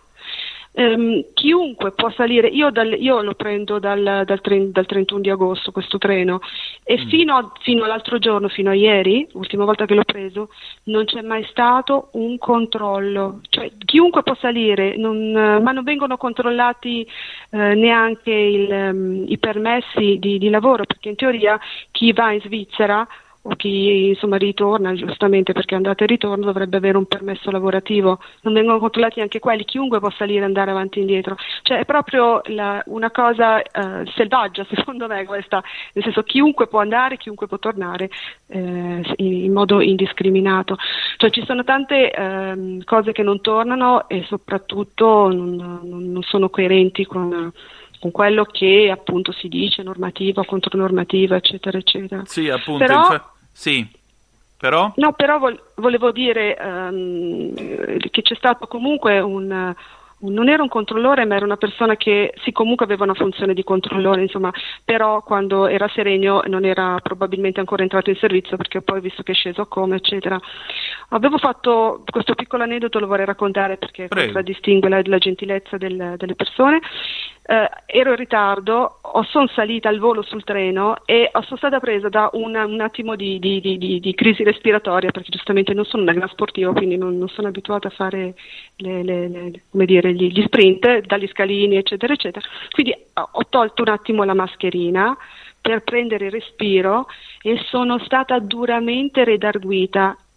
Um, chiunque può salire, io, dal, io lo prendo dal, dal, tre, dal trentuno di agosto questo treno e mm. fino, a, fino all'altro giorno, fino a ieri, l'ultima volta che l'ho preso, non c'è mai stato un controllo, cioè chiunque può salire, non, ma non vengono controllati eh, neanche il, um, i permessi di, di lavoro, perché in teoria chi va in Svizzera o chi insomma ritorna, giustamente perché andata e ritorno, dovrebbe avere un permesso lavorativo. Non vengono controllati anche quelli, chiunque può salire e andare avanti e indietro, cioè è proprio la, una cosa eh, selvaggia secondo me questa, nel senso chiunque può andare, chiunque può tornare eh, in modo indiscriminato, cioè ci sono tante eh, cose che non tornano e soprattutto non, non sono coerenti con con quello che appunto si dice, normativa, contronormativa, eccetera, eccetera. Sì, appunto. Però, infa- sì, però? No, però vol- volevo dire um, che c'è stato comunque un... non era un controllore, ma era una persona che sì, comunque aveva una funzione di controllore, insomma, però quando era Serenio non era probabilmente ancora entrato in servizio, perché poi visto che è sceso a Como, eccetera. Avevo fatto questo piccolo aneddoto, lo vorrei raccontare perché contraddistingue la, la gentilezza del, delle persone. Eh, ero in ritardo, ho, sono salita al volo sul treno e sono stata presa da una, un attimo di, di, di, di, di crisi respiratoria, perché giustamente non sono una gran sportiva, quindi non, non sono abituata a fare le, le, le, come dire, gli, gli sprint dagli scalini, eccetera, eccetera. Quindi ho tolto un attimo la mascherina per prendere respiro e sono stata duramente redarguita.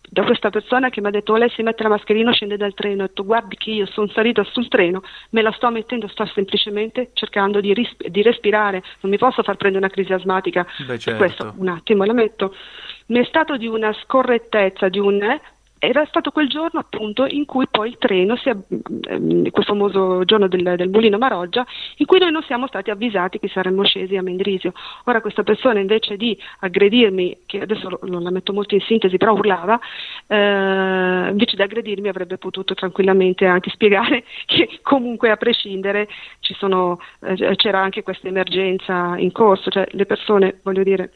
da questa persona che mi ha detto oh, lei si mette la mascherina, scende dal treno. Ho detto guardi che io sono salita sul treno, me la sto mettendo, sto semplicemente cercando di, ris- di respirare, non mi posso far prendere una crisi asmatica. Beh, certo. Questo un attimo la metto. Mi è stato di una scorrettezza, di un eh, era stato quel giorno appunto in cui poi il treno, si, ehm, quel famoso giorno del, del Mulino Maroggia, in cui noi non siamo stati avvisati che saremmo scesi a Mendrisio. Ora questa persona invece di aggredirmi, che adesso non la metto molto in sintesi, però urlava, eh, invece di aggredirmi avrebbe potuto tranquillamente anche spiegare che comunque a prescindere ci sono, eh, c'era anche questa emergenza in corso, cioè le persone, voglio dire,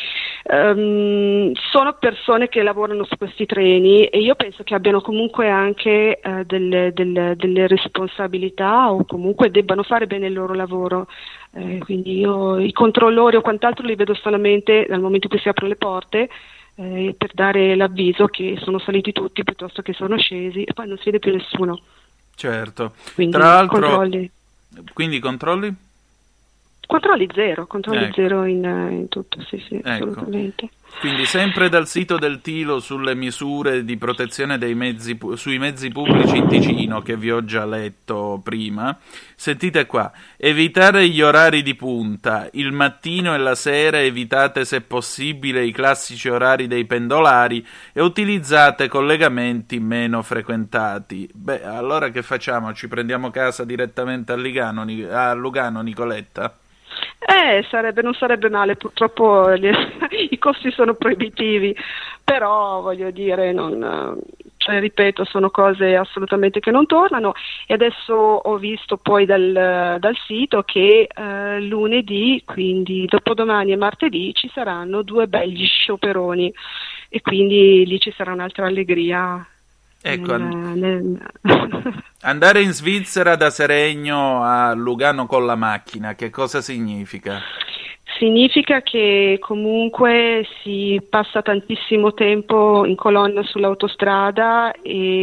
Um, sono persone che lavorano su questi treni e io penso che abbiano comunque anche uh, delle, delle, delle responsabilità o comunque debbano fare bene il loro lavoro, eh, quindi io i controllori o quant'altro li vedo solamente dal momento in cui si aprono le porte, eh, per dare l'avviso che sono saliti tutti piuttosto che sono scesi e poi non si vede più nessuno. Certo. Quindi Tra l'altro, controlli. Quindi controlli? Controlli zero, controlli ecco. zero in, in tutto, sì, sì, ecco. assolutamente. Quindi sempre dal sito del Tilo sulle misure di protezione dei mezzi pu- sui mezzi pubblici in Ticino, che vi ho già letto prima, sentite qua, evitare gli orari di punta, il mattino e la sera evitate se possibile i classici orari dei pendolari e utilizzate collegamenti meno frequentati. Beh, allora che facciamo? Ci prendiamo casa direttamente a Lugano, a Lugano, Nicoletta? Eh, sarebbe, non sarebbe male, purtroppo gli, i costi sono proibitivi, però voglio dire, non, cioè, ripeto, sono cose assolutamente che non tornano e adesso ho visto poi dal, dal sito che eh, lunedì, quindi dopodomani e martedì ci saranno due belli scioperoni e quindi lì ci sarà un'altra allegria. Ecco, nel, nel... andare in Svizzera da Seregno a Lugano con la macchina, che cosa significa? Significa che comunque si passa tantissimo tempo in colonna sull'autostrada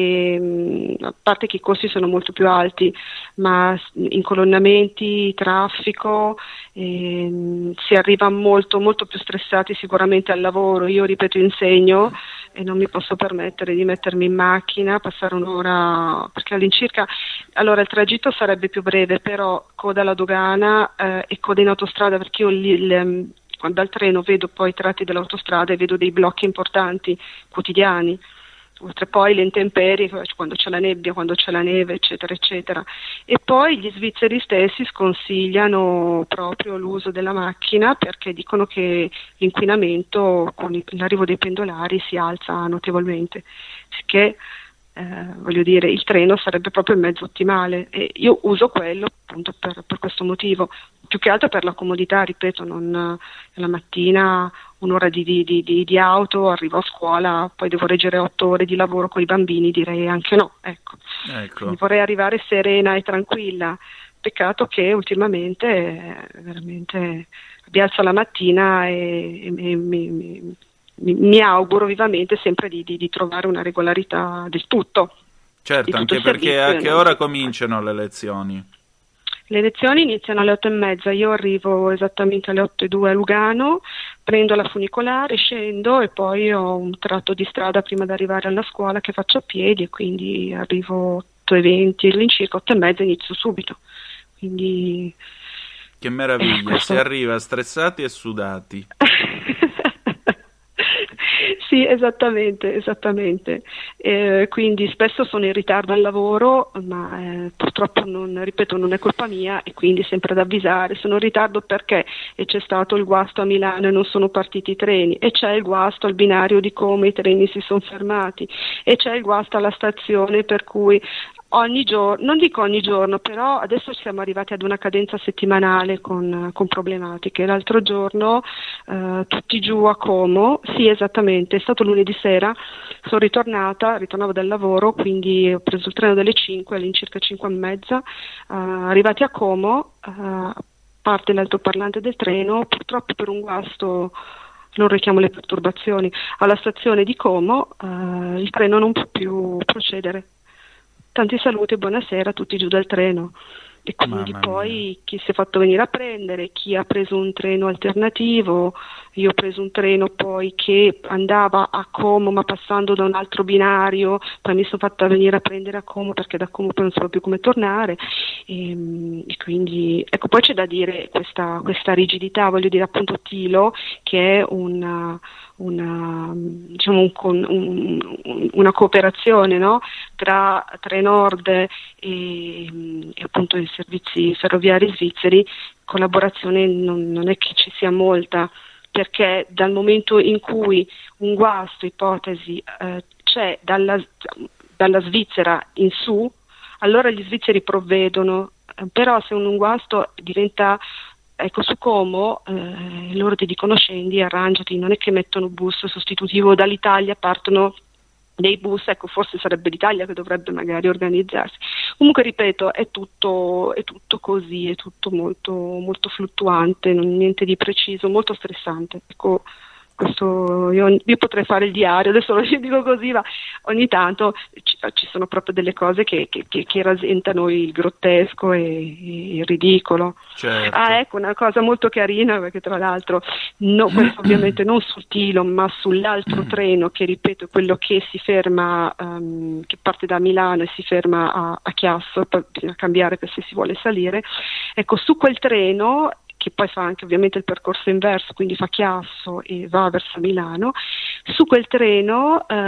e a parte che i costi sono molto più alti, ma incolonnamenti, traffico, e, si arriva molto molto più stressati sicuramente al lavoro. Io ripeto insegno e non mi posso permettere di mettermi in macchina, passare un'ora, perché all'incirca, allora il tragitto sarebbe più breve, però coda alla dogana eh, e coda in autostrada, perché io lì, le, quando dal treno vedo poi i tratti dell'autostrada e vedo dei blocchi importanti quotidiani, oltre poi le intemperie, quando c'è la nebbia, quando c'è la neve, eccetera, eccetera. E poi gli svizzeri stessi sconsigliano proprio l'uso della macchina perché dicono che l'inquinamento con l'arrivo dei pendolari si alza notevolmente, perché eh, voglio dire, il treno sarebbe proprio il mezzo ottimale e io uso quello appunto per, per questo motivo, più che altro per la comodità, ripeto, non la mattina un'ora di, di, di, di auto, arrivo a scuola, poi devo reggere otto ore di lavoro con i bambini, direi anche no, ecco. ecco. Vorrei arrivare serena e tranquilla, peccato che ultimamente eh, veramente mi alzo la mattina e, e mi, mi, mi, mi auguro vivamente sempre di, di, di trovare una regolarità del tutto. Certo, anche perché a che ora cominciano le lezioni? Le lezioni iniziano alle otto e mezza, io arrivo esattamente alle otto e due a Lugano, prendo la funicolare, scendo e poi ho un tratto di strada prima di arrivare alla scuola che faccio a piedi e quindi arrivo otto e venti, all'incirca otto e mezza inizio subito. Quindi che meraviglia, eh, questo... si arriva stressati e sudati. Sì, esattamente, esattamente. Eh, quindi spesso sono in ritardo al lavoro, ma eh, purtroppo non, ripeto, non è colpa mia e quindi sempre ad avvisare. Sono in ritardo perché e c'è stato il guasto a Milano e non sono partiti i treni, e c'è il guasto al binario di Como, i treni si sono fermati, e c'è il guasto alla stazione per cui ogni giorno, non dico ogni giorno, però adesso siamo arrivati ad una cadenza settimanale con, con problematiche. L'altro giorno eh, tutti giù a Como, sì esattamente, è stato lunedì sera, sono ritornata, ritornavo dal lavoro, quindi ho preso il treno delle cinque, all'incirca cinque e mezza, eh, arrivati a Como, eh, parte l'altoparlante del treno, purtroppo per un guasto, non richiamo le perturbazioni, alla stazione di Como eh, il treno non può più procedere. Tanti saluti e buonasera a tutti giù dal treno. E quindi Mamma poi mia. Chi si è fatto venire a prendere, chi ha preso un treno alternativo, io ho preso un treno poi che andava a Como ma passando da un altro binario, poi mi sono fatta venire a prendere a Como perché da Como poi non so più come tornare, e, e quindi ecco, poi c'è da dire questa, questa rigidità, voglio dire appunto Tilo, che è una, una, diciamo un, un, una cooperazione, no? tra Trenord e, e appunto i servizi ferroviari svizzeri. Collaborazione non, non è che ci sia molta, perché dal momento in cui un guasto, ipotesi, eh, c'è dalla, dalla Svizzera in su, allora gli svizzeri provvedono, eh, però se un, un guasto diventa, ecco, su Como, eh, loro ti dicono scendi, arrangiati, non è che mettono bus sostitutivo, dall'Italia partono dei bus, ecco, forse sarebbe l'Italia che dovrebbe magari organizzarsi. Comunque ripeto, è tutto, è tutto così, è tutto molto, molto fluttuante, non, niente di preciso, molto stressante. Ecco, questo io, io potrei fare il diario, adesso lo dico così, ma ogni tanto ci, ci sono proprio delle cose che, che, che, che rasentano il grottesco e, e il ridicolo. Certo. Ah, ecco, una cosa molto carina, perché tra l'altro, no, questo ovviamente non sul Tilo, ma sull'altro treno, che ripeto è quello che si ferma, um, che parte da Milano e si ferma a, a Chiasso, poi bisogna cambiare per se si vuole salire. Ecco, su quel treno, che poi fa anche ovviamente il percorso inverso, quindi fa Chiasso e va verso Milano, su quel treno eh,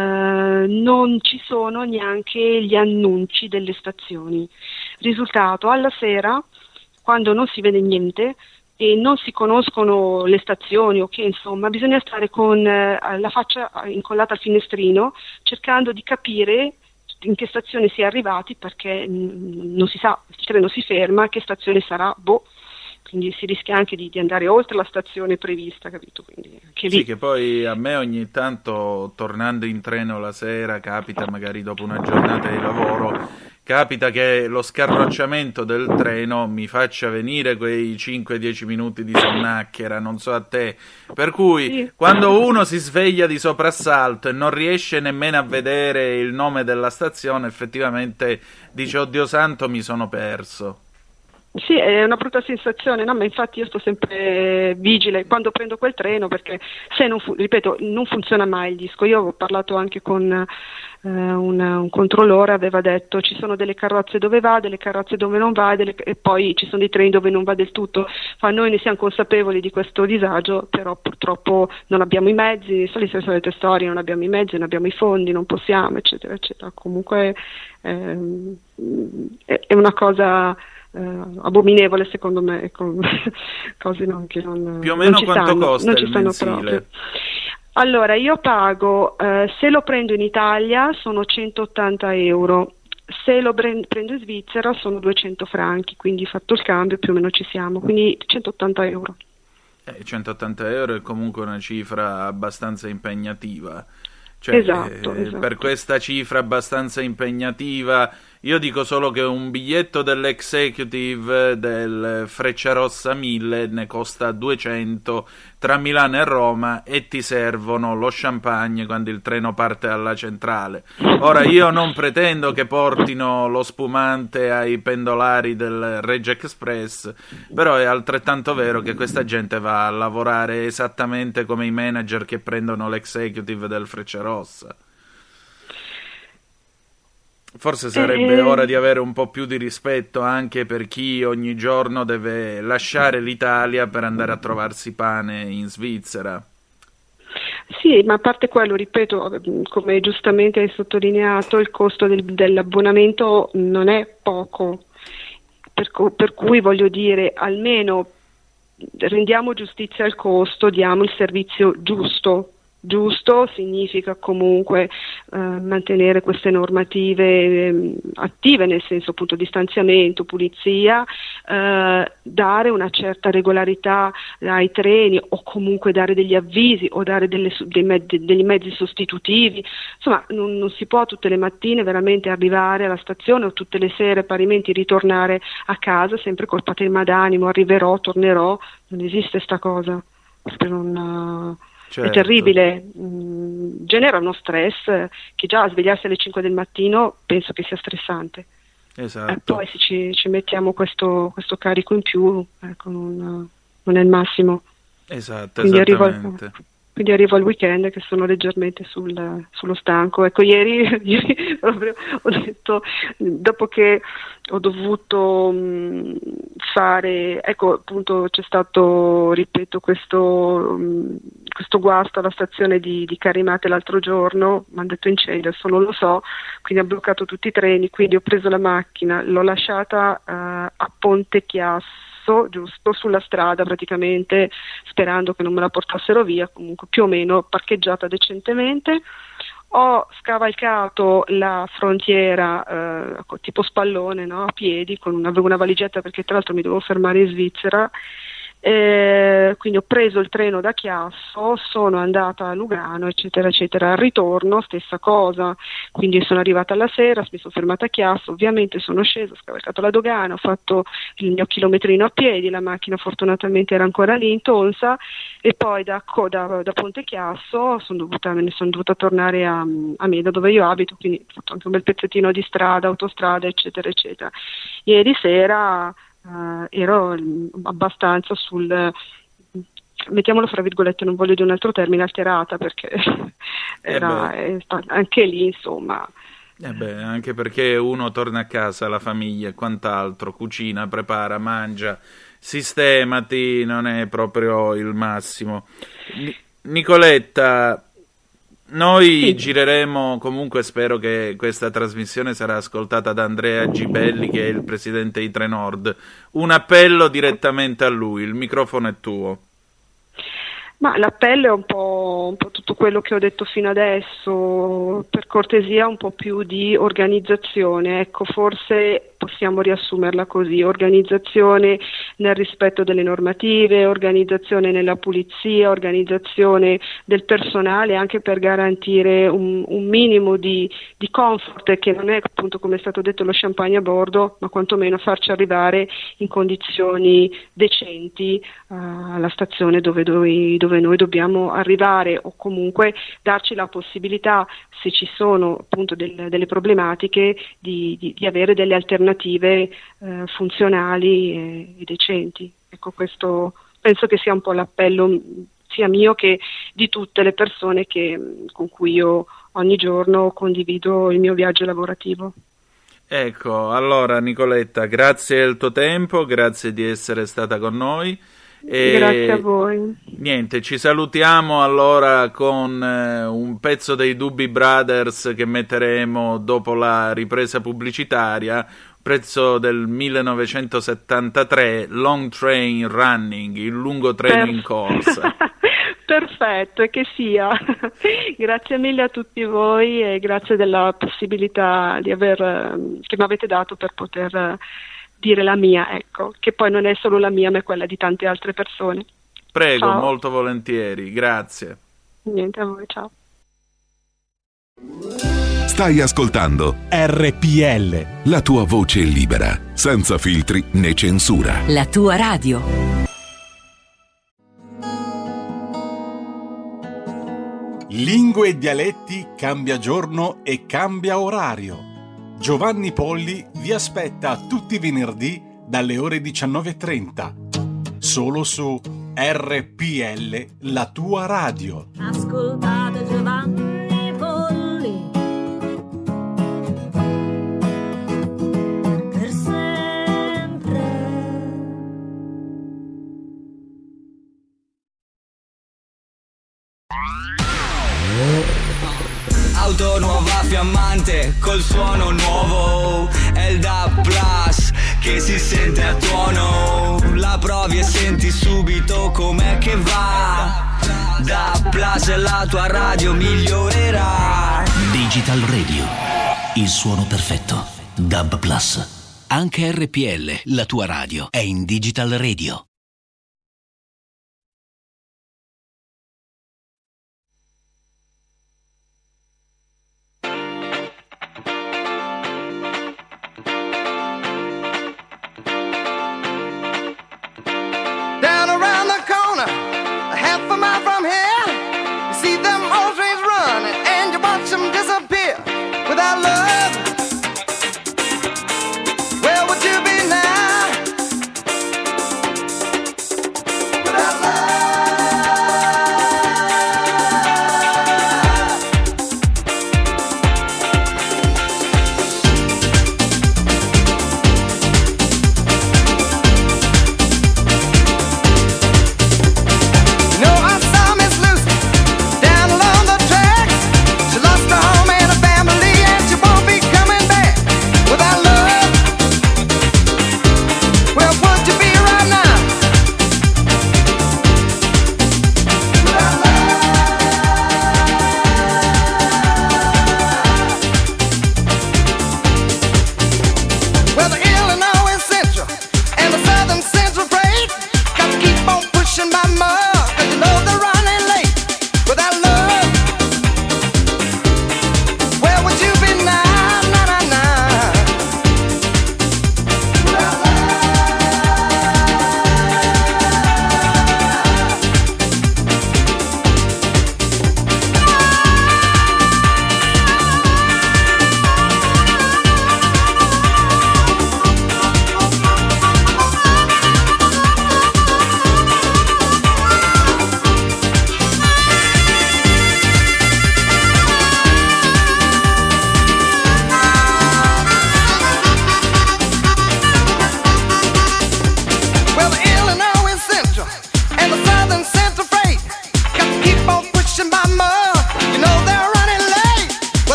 non ci sono neanche gli annunci delle stazioni. Risultato, alla sera, quando non si vede niente e non si conoscono le stazioni, o che insomma bisogna stare con eh, la faccia incollata al finestrino cercando di capire in che stazione si è arrivati, perché mh, non si sa, il treno si ferma, che stazione sarà, boh. Quindi si rischia anche di, di andare oltre la stazione prevista, capito? Quindi anche lì. Sì, che poi a me ogni tanto, tornando in treno la sera, capita magari dopo una giornata di lavoro, capita che lo scarrocciamento del treno mi faccia venire quei cinque dieci minuti di sonnacchera, non so a te, per cui sì. Quando uno si sveglia di soprassalto e non riesce nemmeno a vedere il nome della stazione, effettivamente dice oddio santo, mi sono perso. Sì, è una brutta sensazione, no? Ma infatti io sto sempre vigile quando prendo quel treno, perché se non fu- ripeto, non funziona mai il disco. Io ho parlato anche con eh, un, un controllore, aveva detto ci sono delle carrozze dove va, delle carrozze dove non va, delle, e poi ci sono dei treni dove non va del tutto. Fa, noi ne siamo consapevoli di questo disagio, però purtroppo non abbiamo i mezzi, sono le solite storie, non abbiamo i mezzi, non abbiamo i fondi, non possiamo, eccetera, eccetera. Comunque ehm, è una cosa Uh, abominevole secondo me, con cose non, che non, più o meno non ci quanto stanno, costa non ci il stanno mensile? Proprio. Allora io pago, uh, se lo prendo in Italia sono centottanta euro, se lo prendo in Svizzera sono duecento franchi, quindi fatto il cambio più o meno ci siamo, quindi centottanta euro. Eh, centottanta euro è comunque una cifra abbastanza impegnativa. Cioè, esatto, eh, esatto. Per questa cifra abbastanza impegnativa, io dico solo che un biglietto dell'Executive del Frecciarossa mille ne costa duecento tra Milano e Roma, e ti servono lo champagne quando il treno parte alla centrale. Ora io non pretendo che portino lo spumante ai pendolari del Regio Express, però è altrettanto vero che questa gente va a lavorare esattamente come i manager che prendono l'Executive del Frecciarossa. Forse sarebbe eh, ora di avere un po' più di rispetto anche per chi ogni giorno deve lasciare l'Italia per andare a trovarsi pane in Svizzera. Sì, ma a parte quello, ripeto, come giustamente hai sottolineato, il costo del, dell'abbonamento non è poco, per, per cui voglio dire, almeno rendiamo giustizia al costo, diamo il servizio giusto. Giusto significa comunque eh, mantenere queste normative eh, attive, nel senso appunto distanziamento, pulizia, eh, dare una certa regolarità ai treni, o comunque dare degli avvisi o dare delle, dei mezzi, degli mezzi sostitutivi. Insomma, non, non si può tutte le mattine veramente arrivare alla stazione, o tutte le sere parimenti ritornare a casa sempre col patema d'animo, arriverò, tornerò. Non esiste sta cosa, perché non... Certo. È terribile, mm, genera uno stress che già a svegliarsi alle cinque del mattino penso che sia stressante. Esatto. E poi se ci, ci mettiamo questo, questo carico in più, ecco, non, non è il massimo. Esatto, quindi esattamente. Arrivo, quindi arrivo al weekend che sono leggermente sul, sullo stanco. Ecco, ieri, ieri proprio ho detto, dopo che ho dovuto mh, fare, ecco appunto c'è stato, ripeto, questo, mh, questo guasto alla stazione di, di Carimate l'altro giorno, mi hanno detto incendio, adesso non lo so, quindi ha bloccato tutti i treni, quindi ho preso la macchina, l'ho lasciata uh, a Ponte Chiasso, giusto sulla strada praticamente, sperando che non me la portassero via, comunque più o meno parcheggiata decentemente. Ho scavalcato la frontiera eh, tipo spallone, no? A piedi, con una, avevo una valigetta perché tra l'altro mi dovevo fermare in Svizzera. Eh, quindi ho preso il treno da Chiasso, sono andata a Lugano, eccetera eccetera. Al ritorno stessa cosa, quindi sono arrivata alla sera, mi sono fermata a Chiasso, ovviamente sono scesa, ho scavalcato la dogana, ho fatto il mio chilometrino a piedi, la macchina fortunatamente era ancora lì in tonsa, e poi da, da, da Ponte Chiasso sono dovuta, me ne sono dovuta tornare a, a Meda, dove io abito, quindi ho fatto anche un bel pezzettino di strada, autostrada, eccetera eccetera. Ieri sera Uh, ero abbastanza sul, mettiamolo fra virgolette, non voglio dire un altro termine, alterata, perché era eh anche lì insomma. Eh beh, anche perché uno torna a casa, la famiglia e quant'altro, cucina, prepara, mangia, sistemati, non è proprio il massimo. Ni- Nicoletta, noi sì. gireremo, comunque spero che questa trasmissione sarà ascoltata da Andrea Gibelli, che è il presidente di Trenord. Un appello direttamente a lui, il microfono è tuo. Ma l'appello è un po', un po' tutto quello che ho detto fino adesso, per cortesia un po' più di organizzazione, ecco, forse possiamo riassumerla così: organizzazione nel rispetto delle normative, organizzazione nella pulizia, organizzazione del personale, anche per garantire un, un minimo di, di comfort, che non è appunto, come è stato detto, lo champagne a bordo, ma quantomeno farci arrivare in condizioni decenti uh, alla stazione dove, dove, dove noi dobbiamo arrivare, o comunque darci la possibilità, se ci sono appunto del, delle problematiche, di, di, di avere delle alternative eh, funzionali e, e decenti. Ecco, questo penso che sia un po' l'appello sia mio che di tutte le persone che, con cui io ogni giorno condivido il mio viaggio lavorativo. Ecco, allora Nicoletta, grazie del tuo tempo, grazie di essere stata con noi. E grazie a voi. Niente, ci salutiamo allora con eh, un pezzo dei Doobie Brothers che metteremo dopo la ripresa pubblicitaria, prezzo del millenovecentosettantatré, Long Train Running, il lungo treno per... in corsa. Perfetto, e che sia. Grazie mille a tutti voi e grazie della possibilità di aver, che mi avete dato per poter dire la mia, ecco, che poi non è solo la mia, ma è quella di tante altre persone. Prego, ciao. Molto volentieri, grazie. Niente, a voi, ciao. Stai ascoltando R P L, la tua voce libera, senza filtri né censura. La tua radio. Lingue e dialetti cambia giorno e cambia orario. Giovanni Polli vi aspetta tutti i venerdì dalle ore diciannove e trenta, solo su R P L, la tua radio. Ascoltate Giovanni Polli per sempre. Auto nuova fiammante col suono nuovo, è il D A B Plus che si sente a tuono. La provi e senti subito com'è che va. D A B Plus è la tua radio, migliorerà. Digital Radio, il suono perfetto. D A B Plus. Anche R P L, la tua radio, è in Digital Radio. Where would you be now?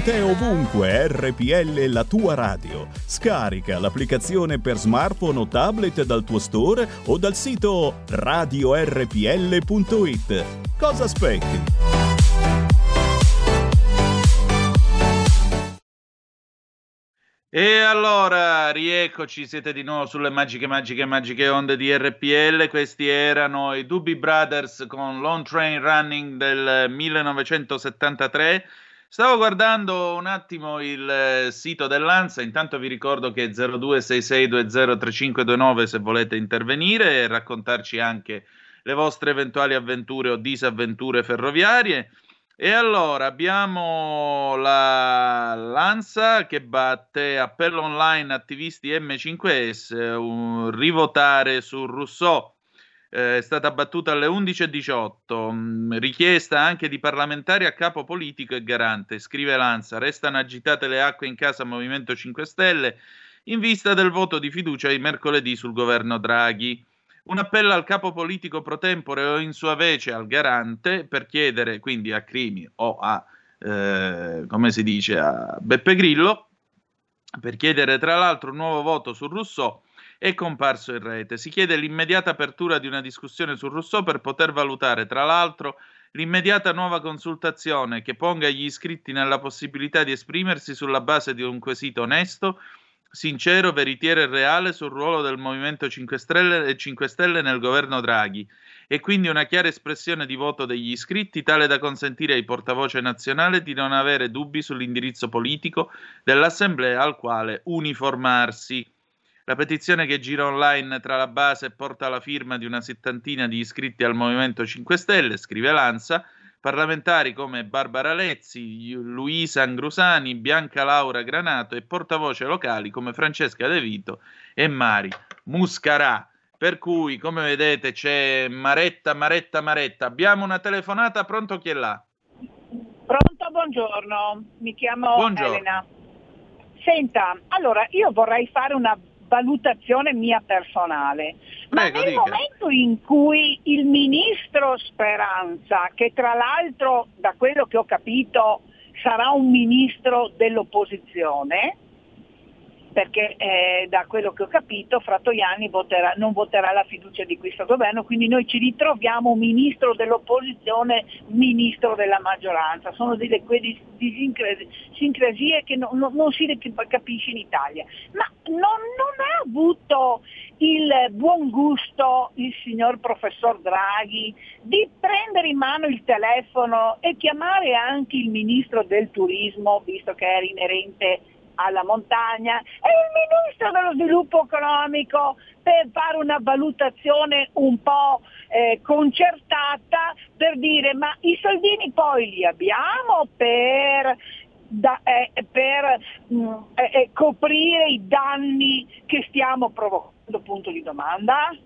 te ovunque, R P L la tua radio. Scarica l'applicazione per smartphone o tablet dal tuo store o dal sito radio r p l punto i t. Cosa aspetti? E allora, rieccoci, siete di nuovo sulle magiche, magiche, magiche onde di R P L. Questi erano i Doobie Brothers con Long Train Running del millenovecentosettantatré. Stavo guardando un attimo il sito dell'ANSA, intanto vi ricordo che è zero due sei sei due zero tre cinque due nove se volete intervenire e raccontarci anche le vostre eventuali avventure o disavventure ferroviarie. E allora abbiamo la l'ANSA che batte appello online attivisti M cinque S, un, rivotare su Rousseau. Eh, è stata battuta alle undici e diciotto, mh, richiesta anche di parlamentari a capo politico e garante. Scrive l'ANSA, restano agitate le acque in casa Movimento cinque Stelle in vista del voto di fiducia di mercoledì sul governo Draghi. Un appello al capo politico pro tempore o in sua vece al garante per chiedere, quindi a Crimi o a, eh, come si dice, a Beppe Grillo, per chiedere tra l'altro un nuovo voto su Rousseau, è comparso in rete. Si chiede l'immediata apertura di una discussione su Rousseau per poter valutare tra l'altro l'immediata nuova consultazione che ponga gli iscritti nella possibilità di esprimersi sulla base di un quesito onesto, sincero, veritiero e reale sul ruolo del Movimento cinque Stelle e cinque Stelle nel governo Draghi e quindi una chiara espressione di voto degli iscritti tale da consentire ai portavoce nazionale di non avere dubbi sull'indirizzo politico dell'Assemblea al quale uniformarsi. La petizione che gira online tra la base e porta la firma di una settantina di iscritti al Movimento cinque Stelle, scrive l'ANSA, parlamentari come Barbara Lezzi, Luisa Angrusani, Bianca Laura Granato e portavoce locali come Francesca De Vito e Mari Muscarà. Per cui, come vedete, c'è Maretta, Maretta, Maretta. Abbiamo una telefonata, pronto chi è là? Pronto, buongiorno, mi chiamo Buongiorno. Elena. Senta, allora io vorrei fare una valutazione mia personale, ma Prego, nel dica. momento in cui il ministro Speranza, che tra l'altro da quello che ho capito sarà un ministro dell'opposizione, perché eh, da quello che ho capito Fratoianni voterà, non voterà la fiducia di questo governo, quindi noi ci ritroviamo un ministro dell'opposizione, ministro della maggioranza. Sono delle quelle sincresie che no, no, non si capisce in Italia. Ma non, non ha avuto il buon gusto il signor professor Draghi di prendere in mano il telefono e chiamare anche il ministro del turismo, visto che era inerente alla montagna, e il ministro dello sviluppo economico per fare una valutazione un po' eh, concertata per dire ma i soldini poi li abbiamo per, da, eh, per mh, eh, coprire i danni che stiamo provocando, punto di domanda.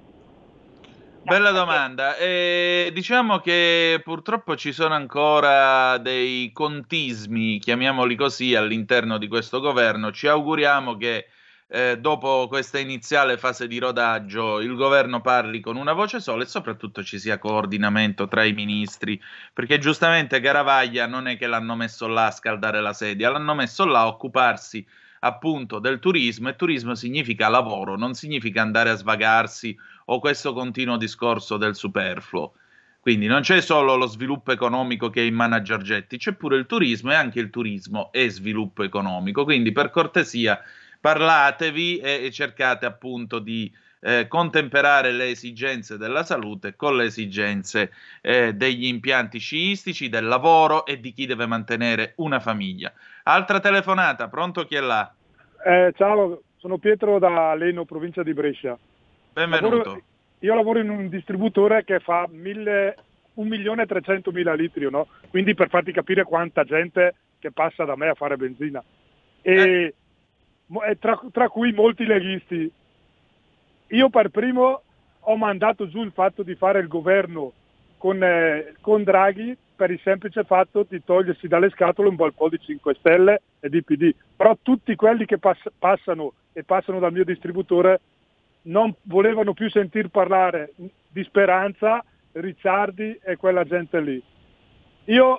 Bella domanda. Eh, diciamo che purtroppo ci sono ancora dei contismi, chiamiamoli così, all'interno di questo governo. Ci auguriamo che eh, dopo questa iniziale fase di rodaggio il governo parli con una voce sola e soprattutto ci sia coordinamento tra i ministri, perché giustamente Garavaglia non è che l'hanno messo là a scaldare la sedia, l'hanno messo là a occuparsi appunto del turismo, e turismo significa lavoro, non significa andare a svagarsi o questo continuo discorso del superfluo. Quindi non c'è solo lo sviluppo economico che è in mano a Giorgetti, c'è pure il turismo e anche il turismo è sviluppo economico. Quindi per cortesia parlatevi e, e cercate appunto di eh, contemperare le esigenze della salute con le esigenze eh, degli impianti sciistici, del lavoro e di chi deve mantenere una famiglia. Altra telefonata, pronto chi è là? Eh, ciao, sono Pietro da Leno, provincia di Brescia. Benvenuto. Lavoro, io lavoro in un distributore che fa mille, un milione e trecentomila litri, no? Quindi per farti capire quanta gente che passa da me a fare benzina. E eh. tra, tra cui molti leghisti. Io per primo ho mandato giù il fatto di fare il governo con, eh, con Draghi per il semplice fatto di togliersi dalle scatole un bel po' di cinque Stelle e di P D. Però tutti quelli che pass- passano e passano dal mio distributore non volevano più sentir parlare di Speranza, Ricciardi e quella gente lì. Io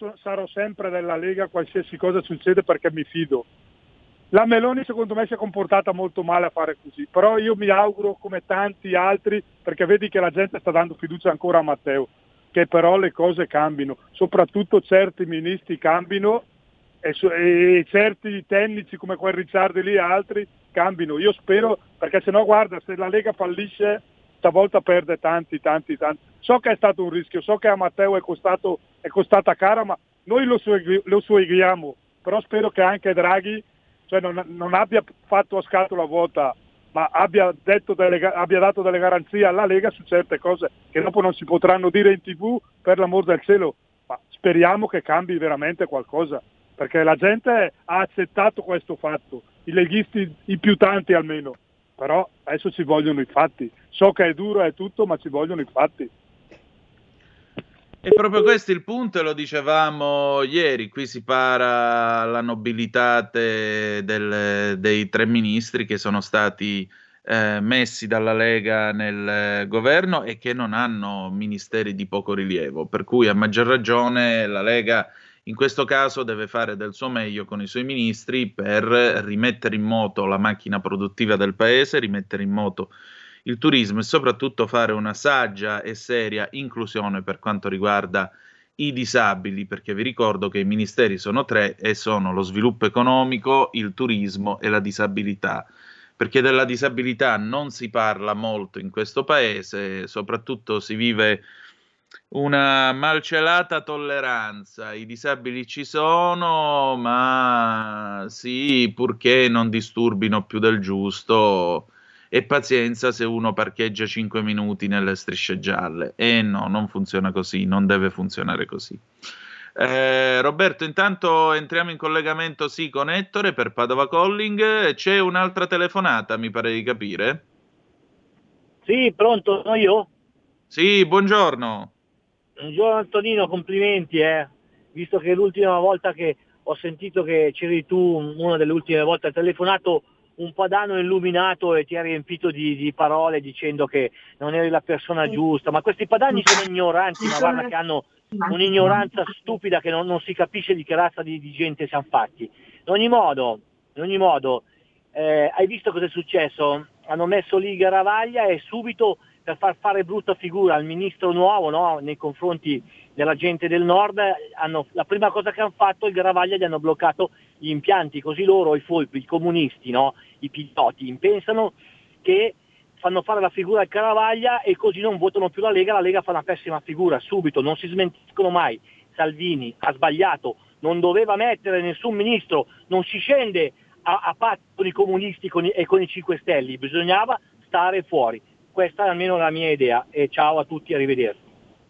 so- sarò sempre della Lega qualsiasi cosa succede perché mi fido. La Meloni secondo me si è comportata molto male a fare così, però io mi auguro come tanti altri, perché vedi che la gente sta dando fiducia ancora a Matteo, che però le cose cambino, soprattutto certi ministri cambino e, so- e certi tecnici come quel Ricciardi lì e altri cambino. Io spero, perché sennò guarda, se la Lega fallisce stavolta perde tanti, tanti, tanti. So che è stato un rischio, so che a Matteo è, costato, è costata cara, ma noi lo, suegui- lo sueghiamo, però spero che anche Draghi cioè non, non abbia fatto a scatola vuota, ma abbia, detto delle, abbia dato delle garanzie alla Lega su certe cose che dopo non si potranno dire in tv, per l'amor del cielo, ma speriamo che cambi veramente qualcosa, perché la gente ha accettato questo fatto, i leghisti, i più tanti almeno, però adesso ci vogliono i fatti. So che è duro e tutto, ma ci vogliono i fatti. E proprio questo è il punto, e lo dicevamo ieri, qui si para la nobiltà del, dei tre ministri che sono stati eh, messi dalla Lega nel governo e che non hanno ministeri di poco rilievo, per cui a maggior ragione la Lega in questo caso deve fare del suo meglio con i suoi ministri per rimettere in moto la macchina produttiva del paese, rimettere in moto il turismo e soprattutto fare una saggia e seria inclusione per quanto riguarda i disabili, perché vi ricordo che i ministeri sono tre e sono lo sviluppo economico, il turismo e la disabilità, perché della disabilità non si parla molto in questo paese, soprattutto si vive una malcelata tolleranza, i disabili ci sono, ma sì, purché non disturbino più del giusto. E pazienza se uno parcheggia cinque minuti nelle strisce gialle. E no, non funziona così, non deve funzionare così. Eh, Roberto, intanto entriamo in collegamento sì con Ettore per Padova Calling. C'è un'altra telefonata, mi pare di capire. Sì, pronto, sono io? Sì, buongiorno. Buongiorno Antonino, complimenti, eh. Visto che l'ultima volta che ho sentito che c'eri tu, una delle ultime volte, hai telefonato un padano illuminato e ti ha riempito di, di parole dicendo che non eri la persona giusta, ma questi padani sono ignoranti, ma guarda che hanno un'ignoranza stupida che non, non si capisce di che razza di, di gente siamo fatti. In ogni modo, in ogni modo eh, hai visto cosa è successo? Hanno messo lì Garavaglia e subito per far fare brutta figura al ministro nuovo, no, nei confronti della gente del nord, hanno, la prima cosa che hanno fatto il Garavaglia gli hanno bloccato gli impianti, così loro, i folpi, i comunisti, no, i piloti, pensano che fanno fare la figura al Garavaglia e così non votano più la Lega, la Lega fa una pessima figura, subito, non si smentiscono mai. Salvini ha sbagliato, non doveva mettere nessun ministro, non si scende a, a patto con i comunisti con i, e con i cinque Stelle, bisognava stare fuori. Questa è almeno la mia idea e ciao a tutti, arrivederci.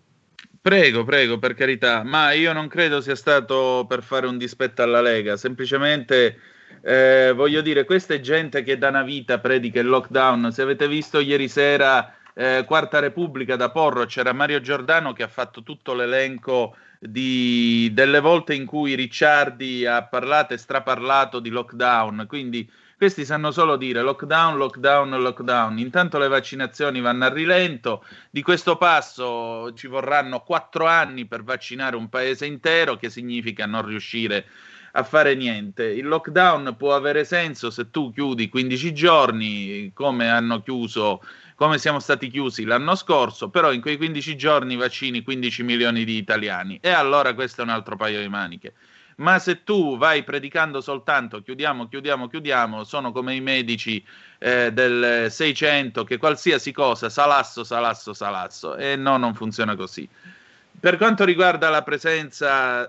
Prego, prego, per carità, ma io non credo sia stato per fare un dispetto alla Lega, semplicemente eh, voglio dire, questa è gente che da una vita predica il lockdown. Se avete visto ieri sera eh, Quarta Repubblica da Porro, c'era Mario Giordano che ha fatto tutto l'elenco di, delle volte in cui Ricciardi ha parlato e straparlato di lockdown, quindi questi sanno solo dire lockdown, lockdown, lockdown. Intanto le vaccinazioni vanno a rilento. Di questo passo ci vorranno quattro anni per vaccinare un paese intero, che significa non riuscire a fare niente. Il lockdown può avere senso se tu chiudi quindici giorni, come hanno chiuso, come siamo stati chiusi l'anno scorso, però in quei quindici giorni vaccini quindici milioni di italiani. E allora questo è un altro paio di maniche. Ma se tu vai predicando soltanto chiudiamo, chiudiamo, chiudiamo, sono come i medici eh, del Seicento che qualsiasi cosa, salasso, salasso, salasso, e no, non funziona così. Per quanto riguarda la presenza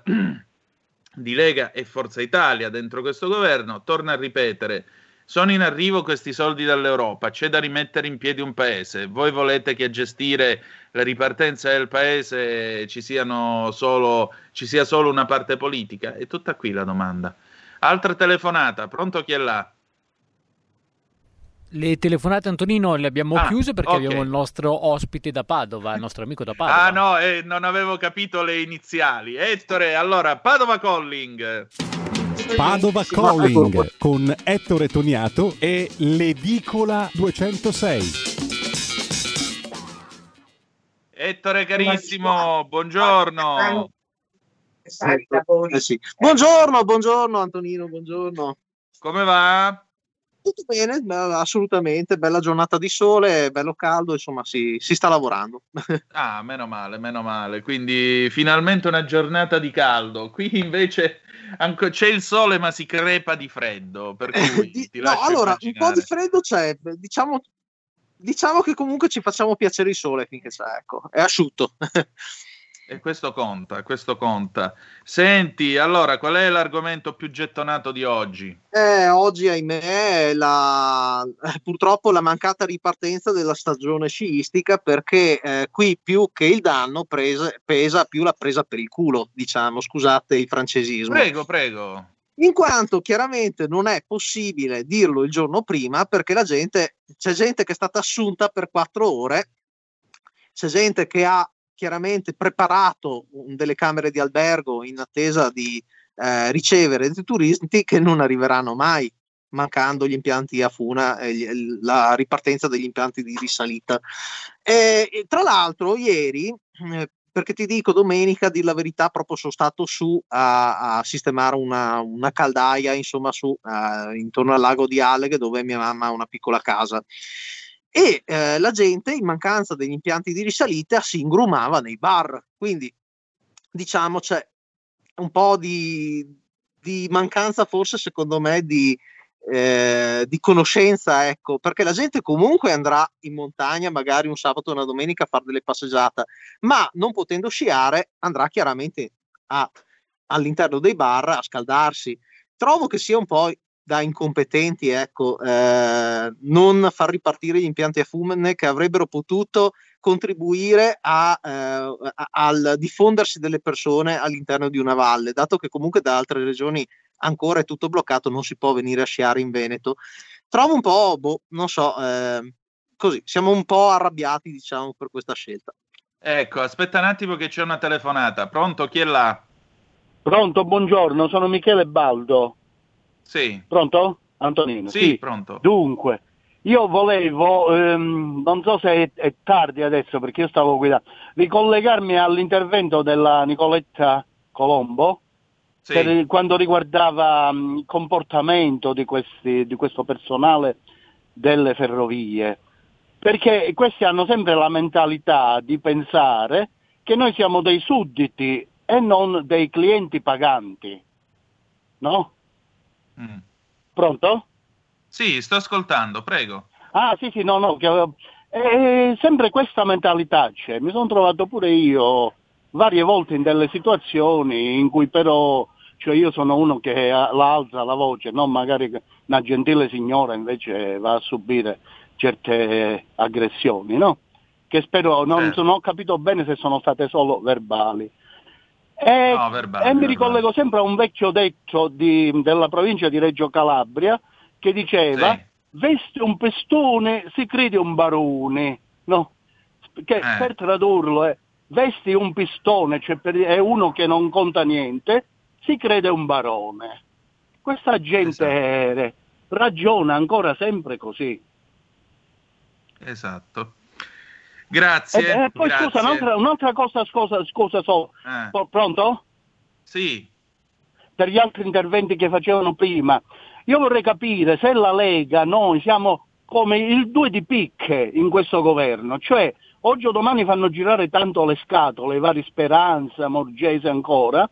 di Lega e Forza Italia dentro questo governo, torno a ripetere, sono in arrivo questi soldi dall'Europa, c'è da rimettere in piedi un paese. Voi volete che a gestire la ripartenza del paese ci siano solo, ci sia solo una parte politica? È tutta qui la domanda. Altra telefonata, pronto, chi è là? Le telefonate, Antonino, le abbiamo ah, chiuse perché okay. abbiamo il nostro ospite da Padova, il nostro amico da Padova. Ah no, eh, non avevo capito le iniziali. Ettore, allora, Padova Calling. Padova Calling con Ettore Toniato e l'Edicola duecentosei. Ettore carissimo, buongiorno. Ecco, eh sì. Buongiorno, buongiorno Antonino, buongiorno. Come va? Tutto bene, beh, assolutamente, bella giornata di sole, bello caldo, insomma si, si sta lavorando. Ah, meno male, meno male. Quindi finalmente una giornata di caldo. Qui invece anche c'è il sole ma si crepa di freddo, per cui Di- ti no, lascio allora, un po' immaginare. di freddo c'è, diciamo, diciamo che comunque ci facciamo piacere il sole finché c'è, ecco, è asciutto. E questo conta, questo conta. Senti, allora, qual è l'argomento più gettonato di oggi? Eh, oggi, ahimè, la, eh, purtroppo la mancata ripartenza della stagione sciistica, perché eh, qui più che il danno prese- pesa più la presa per il culo, diciamo, scusate il francesismo. Prego, prego. In quanto chiaramente non è possibile dirlo il giorno prima, perché la gente, c'è gente che è stata assunta per quattro ore, c'è gente che ha chiaramente preparato un- delle camere di albergo in attesa di eh, ricevere dei turisti che non arriveranno mai, mancando gli impianti a funa e gli- la ripartenza degli impianti di risalita. E, e tra l'altro ieri, eh, perché ti dico, domenica, a dir la verità, proprio sono stato su a, a sistemare una, una caldaia, insomma, su eh, intorno al lago di Alleghe, dove mia mamma ha una piccola casa. E eh, la gente, in mancanza degli impianti di risalita, si ingrumava nei bar. Quindi, diciamo, c'è un po' di, di mancanza, forse, secondo me, di, eh, di conoscenza, ecco, perché la gente comunque andrà in montagna, magari un sabato o una domenica, a fare delle passeggiate, ma non potendo sciare, andrà chiaramente a- all'interno dei bar a scaldarsi. Trovo che sia un po' da incompetenti, ecco, eh, non far ripartire gli impianti a fune che avrebbero potuto contribuire a, eh, a- al diffondersi delle persone all'interno di una valle, dato che comunque da altre regioni ancora è tutto bloccato, non si può venire a sciare in Veneto. Trovo un po', boh, non so, eh, così, siamo un po' arrabbiati, diciamo, per questa scelta. Ecco, aspetta un attimo che c'è una telefonata. Pronto? Chi è là? Pronto, buongiorno, sono Michele Baldo. Sì. Pronto? Antonino? Sì, pronto. Dunque, io volevo, ehm, non so se è, è tardi adesso perché io stavo guidando, ricollegarmi all'intervento della Nicoletta Colombo Sì. per quanto riguardava mh, il comportamento di, questi, di questo personale delle ferrovie. Perché questi hanno sempre la mentalità di pensare che noi siamo dei sudditi e non dei clienti paganti, no? Mm. Pronto? Sì, sto ascoltando, prego. Ah sì sì, no no, che, eh, sempre questa mentalità c'è, mi sono trovato pure io varie volte in delle situazioni in cui però, cioè io sono uno che la alza la voce, non magari una gentile signora invece va a subire certe aggressioni, no? Che spero, non, Certo. non ho capito bene se sono state solo verbali. E, No, verbali, e mi verbali. ricollego sempre a un vecchio detto di- della provincia di Reggio Calabria che diceva: Sì. vesti un pestone, si crede un barone, no? Che Eh. per tradurlo è vesti un pistone, cioè per- è uno che non conta niente, si crede un barone. Questa gente eh, ragiona ancora sempre così. Esatto. Grazie. E, e poi grazie. scusa, un'altra, un'altra cosa, scusa, scusa so, Eh. Pro- pronto? Sì. Per gli altri interventi che facevano prima, io vorrei capire se la Lega, noi siamo come il due di picche in questo governo, cioè oggi o domani fanno girare tanto le scatole, i vari Speranza, Morgese ancora,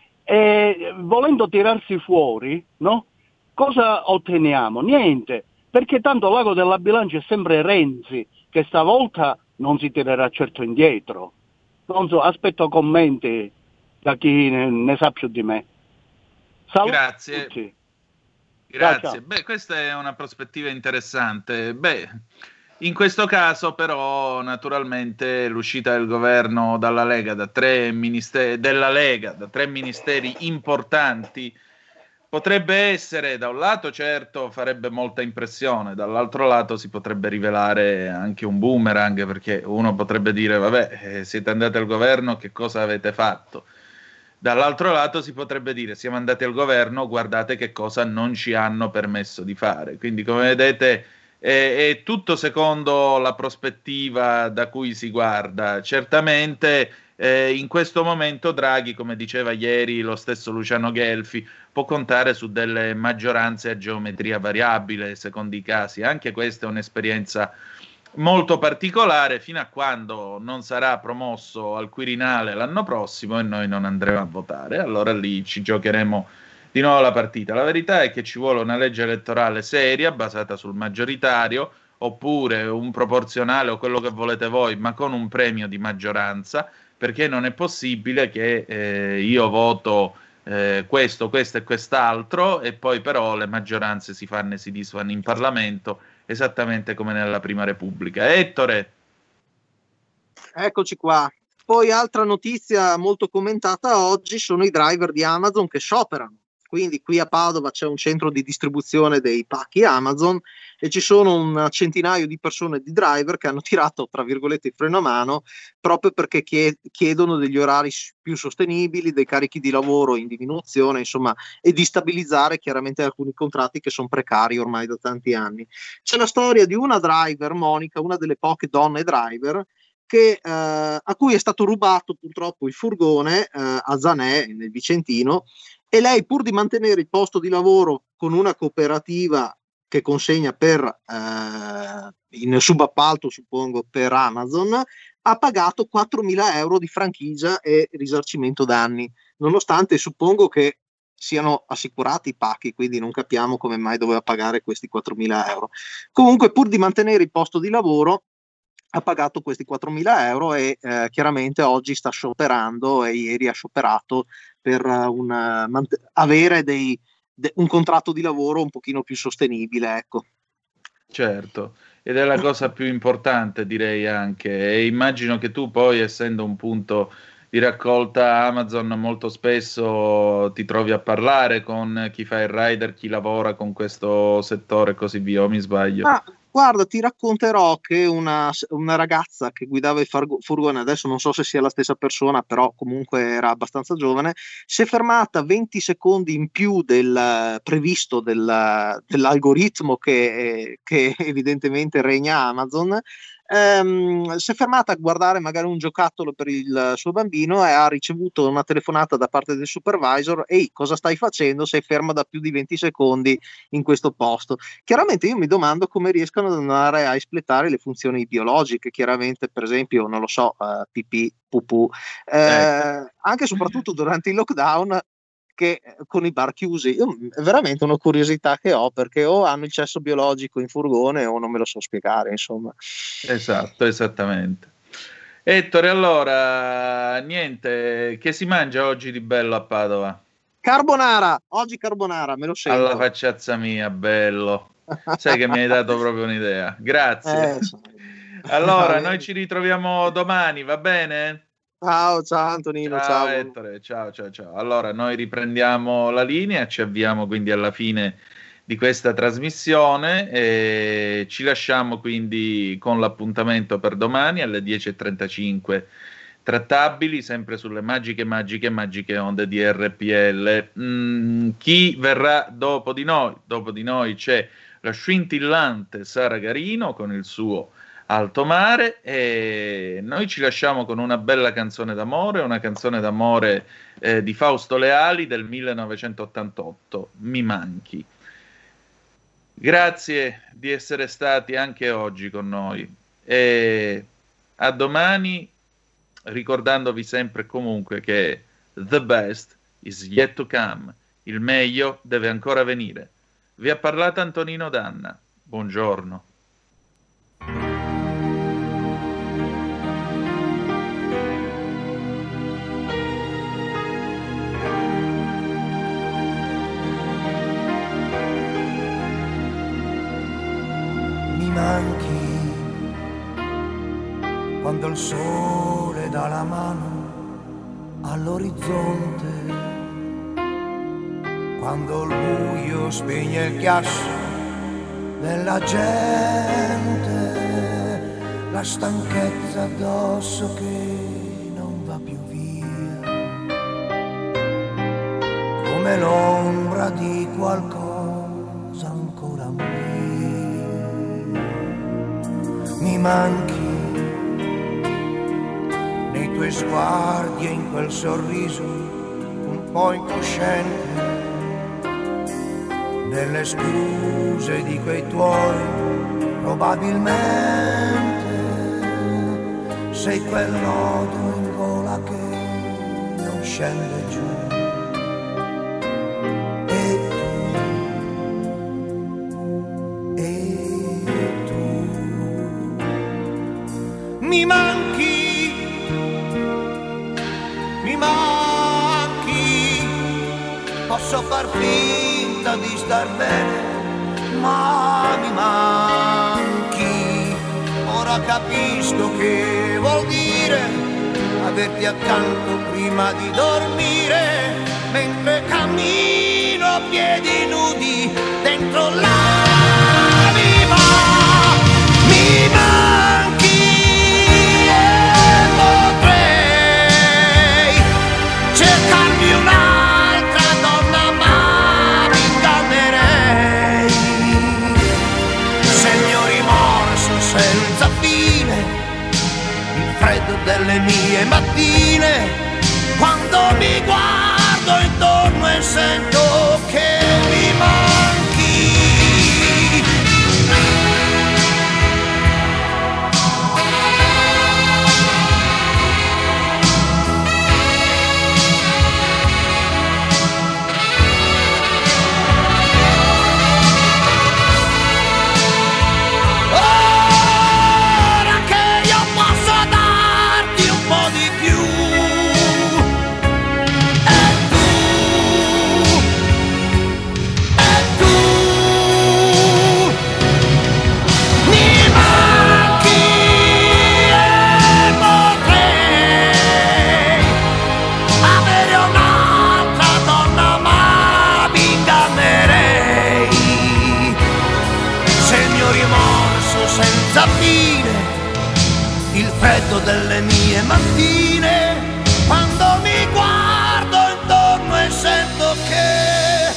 e volendo tirarsi fuori, no? Cosa otteniamo? Niente, perché tanto l'ago della bilancia è sempre Renzi, che stavolta non si tirerà certo indietro. Non so, aspetto commenti da chi ne, ne sa più di me. Saluto Grazie. a tutti. Grazie. Ciao, ciao. Beh, questa è una prospettiva interessante. Beh, in questo caso però naturalmente l'uscita del governo dalla Lega da tre ministeri della Lega da tre ministeri importanti potrebbe essere, da un lato certo farebbe molta impressione, dall'altro lato si potrebbe rivelare anche un boomerang, perché uno potrebbe dire vabbè, eh, siete andati al governo, che cosa avete fatto? Dall'altro lato si potrebbe dire siamo andati al governo, guardate che cosa non ci hanno permesso di fare. Quindi come vedete è, è tutto secondo la prospettiva da cui si guarda. Certamente Eh, in questo momento Draghi, come diceva ieri lo stesso Luciano Gelfi, può contare su delle maggioranze a geometria variabile secondo i casi. Anche questa è un'esperienza molto particolare, fino a quando non sarà promosso al Quirinale l'anno prossimo e noi non andremo a votare. Allora lì ci giocheremo di nuovo la partita. La verità è che ci vuole una legge elettorale seria, basata sul maggioritario, oppure un proporzionale o quello che volete voi, ma con un premio di maggioranza, perché non è possibile che eh, io voto eh, questo, questo e quest'altro e poi però le maggioranze si fanno e si disfanno in Parlamento, esattamente come nella Prima Repubblica. Ettore. Eccoci qua. Poi altra notizia molto commentata oggi sono i driver di Amazon che scioperano. Quindi qui a Padova c'è un centro di distribuzione dei pacchi Amazon e ci sono un centinaio di persone, di driver, che hanno tirato, tra virgolette, il freno a mano proprio perché chiedono degli orari più sostenibili, dei carichi di lavoro in diminuzione, insomma, e di stabilizzare chiaramente alcuni contratti che sono precari ormai da tanti anni. C'è la storia di una driver, Monica, una delle poche donne driver, che, eh, a cui è stato rubato purtroppo il furgone eh, a Zanè, nel Vicentino, e lei, pur di mantenere il posto di lavoro con una cooperativa che consegna per eh, in subappalto, suppongo, per Amazon, ha pagato quattromila euro di franchigia e risarcimento danni, nonostante suppongo che siano assicurati i pacchi, quindi non capiamo come mai doveva pagare questi quattromila euro. Comunque, pur di mantenere il posto di lavoro, ha pagato questi quattromila euro e eh, chiaramente oggi sta scioperando e ieri ha scioperato per uh, un, uh, mant- avere dei, de- un contratto di lavoro un pochino più sostenibile, ecco. Certo, ed è la cosa più importante, direi anche, e immagino che tu poi, essendo un punto di raccolta Amazon, molto spesso ti trovi a parlare con chi fa il rider, chi lavora con questo settore e così via, o mi sbaglio? Ah, guarda, ti racconterò che una, una ragazza che guidava il fargo- furgone, adesso non so se sia la stessa persona, però comunque era abbastanza giovane, si è fermata venti secondi in più del previsto del, dell'algoritmo che, che evidentemente regna Amazon. Um, si è fermata a guardare magari un giocattolo per il suo bambino e ha ricevuto una telefonata da parte del supervisor: ehi, cosa stai facendo? Sei ferma da più di venti secondi in questo posto. Chiaramente io mi domando come riescano ad andare a espletare le funzioni biologiche, chiaramente, per esempio, non lo so, uh, pipì, pupù, eh, eh. anche e soprattutto durante il lockdown, che con i bar chiusi. Io, è veramente una curiosità che ho, perché o hanno il cesso biologico in furgone o non me lo so spiegare, insomma. Esatto, esattamente. Ettore, allora, niente, che si mangia oggi di bello a Padova? Carbonara, oggi carbonara, me lo sento. Alla facciazza mia, bello. Sai che mi hai dato proprio un'idea. Grazie. Eh, so. Allora, noi ci ritroviamo domani, va bene? Ciao, ciao Antonino, ciao, ciao Ettore, ciao, ciao, ciao. Allora, noi riprendiamo la linea, ci avviamo quindi alla fine di questa trasmissione e ci lasciamo quindi con l'appuntamento per domani alle dieci e trentacinque, trattabili sempre sulle magiche, magiche, magiche onde di R P L. Mm, chi verrà dopo di noi? Dopo di noi c'è la scintillante Sara Garino con il suo Alto Mare e noi ci lasciamo con una bella canzone d'amore, una canzone d'amore eh, di Fausto Leali del millenovecentottantotto, Mi manchi. Grazie di essere stati anche oggi con noi e a domani, ricordandovi sempre e comunque che the best is yet to come, il meglio deve ancora venire. Vi ha parlato Antonino Danna, buongiorno. Manchi quando il sole dà la mano all'orizzonte, quando il buio spegne il ghiaccio della gente, la stanchezza addosso che non va più via, come l'ombra di qualcosa ancora mia. Mi manchi nei tuoi sguardi e in quel sorriso un po' incosciente, nelle scuse di quei tuoi probabilmente sei quel nodo in gola che non scende giù. E tu, e tu mi manchi, mi manchi, posso far finta di star bene, ma mi manchi. Ora capisco che vuol dire averti accanto prima di dormire, mentre cammino a piedi nudi dentro l'anima. Mi manchi e potrei cercarmi un'altra donna, ma mi ingannerei. Segno rimorso senza fine, il freddo delle mie mattine, quando mi guardo intorno e sento che mi manchi. Senza fine, il freddo delle mie mattine, quando mi guardo intorno e sento che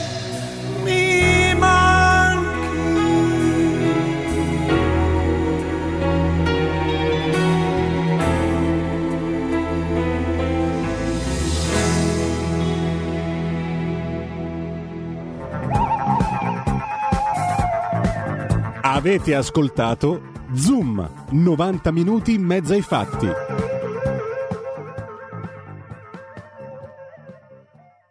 mi manchi. Avete ascoltato Zoom, novanta minuti in mezzo ai fatti.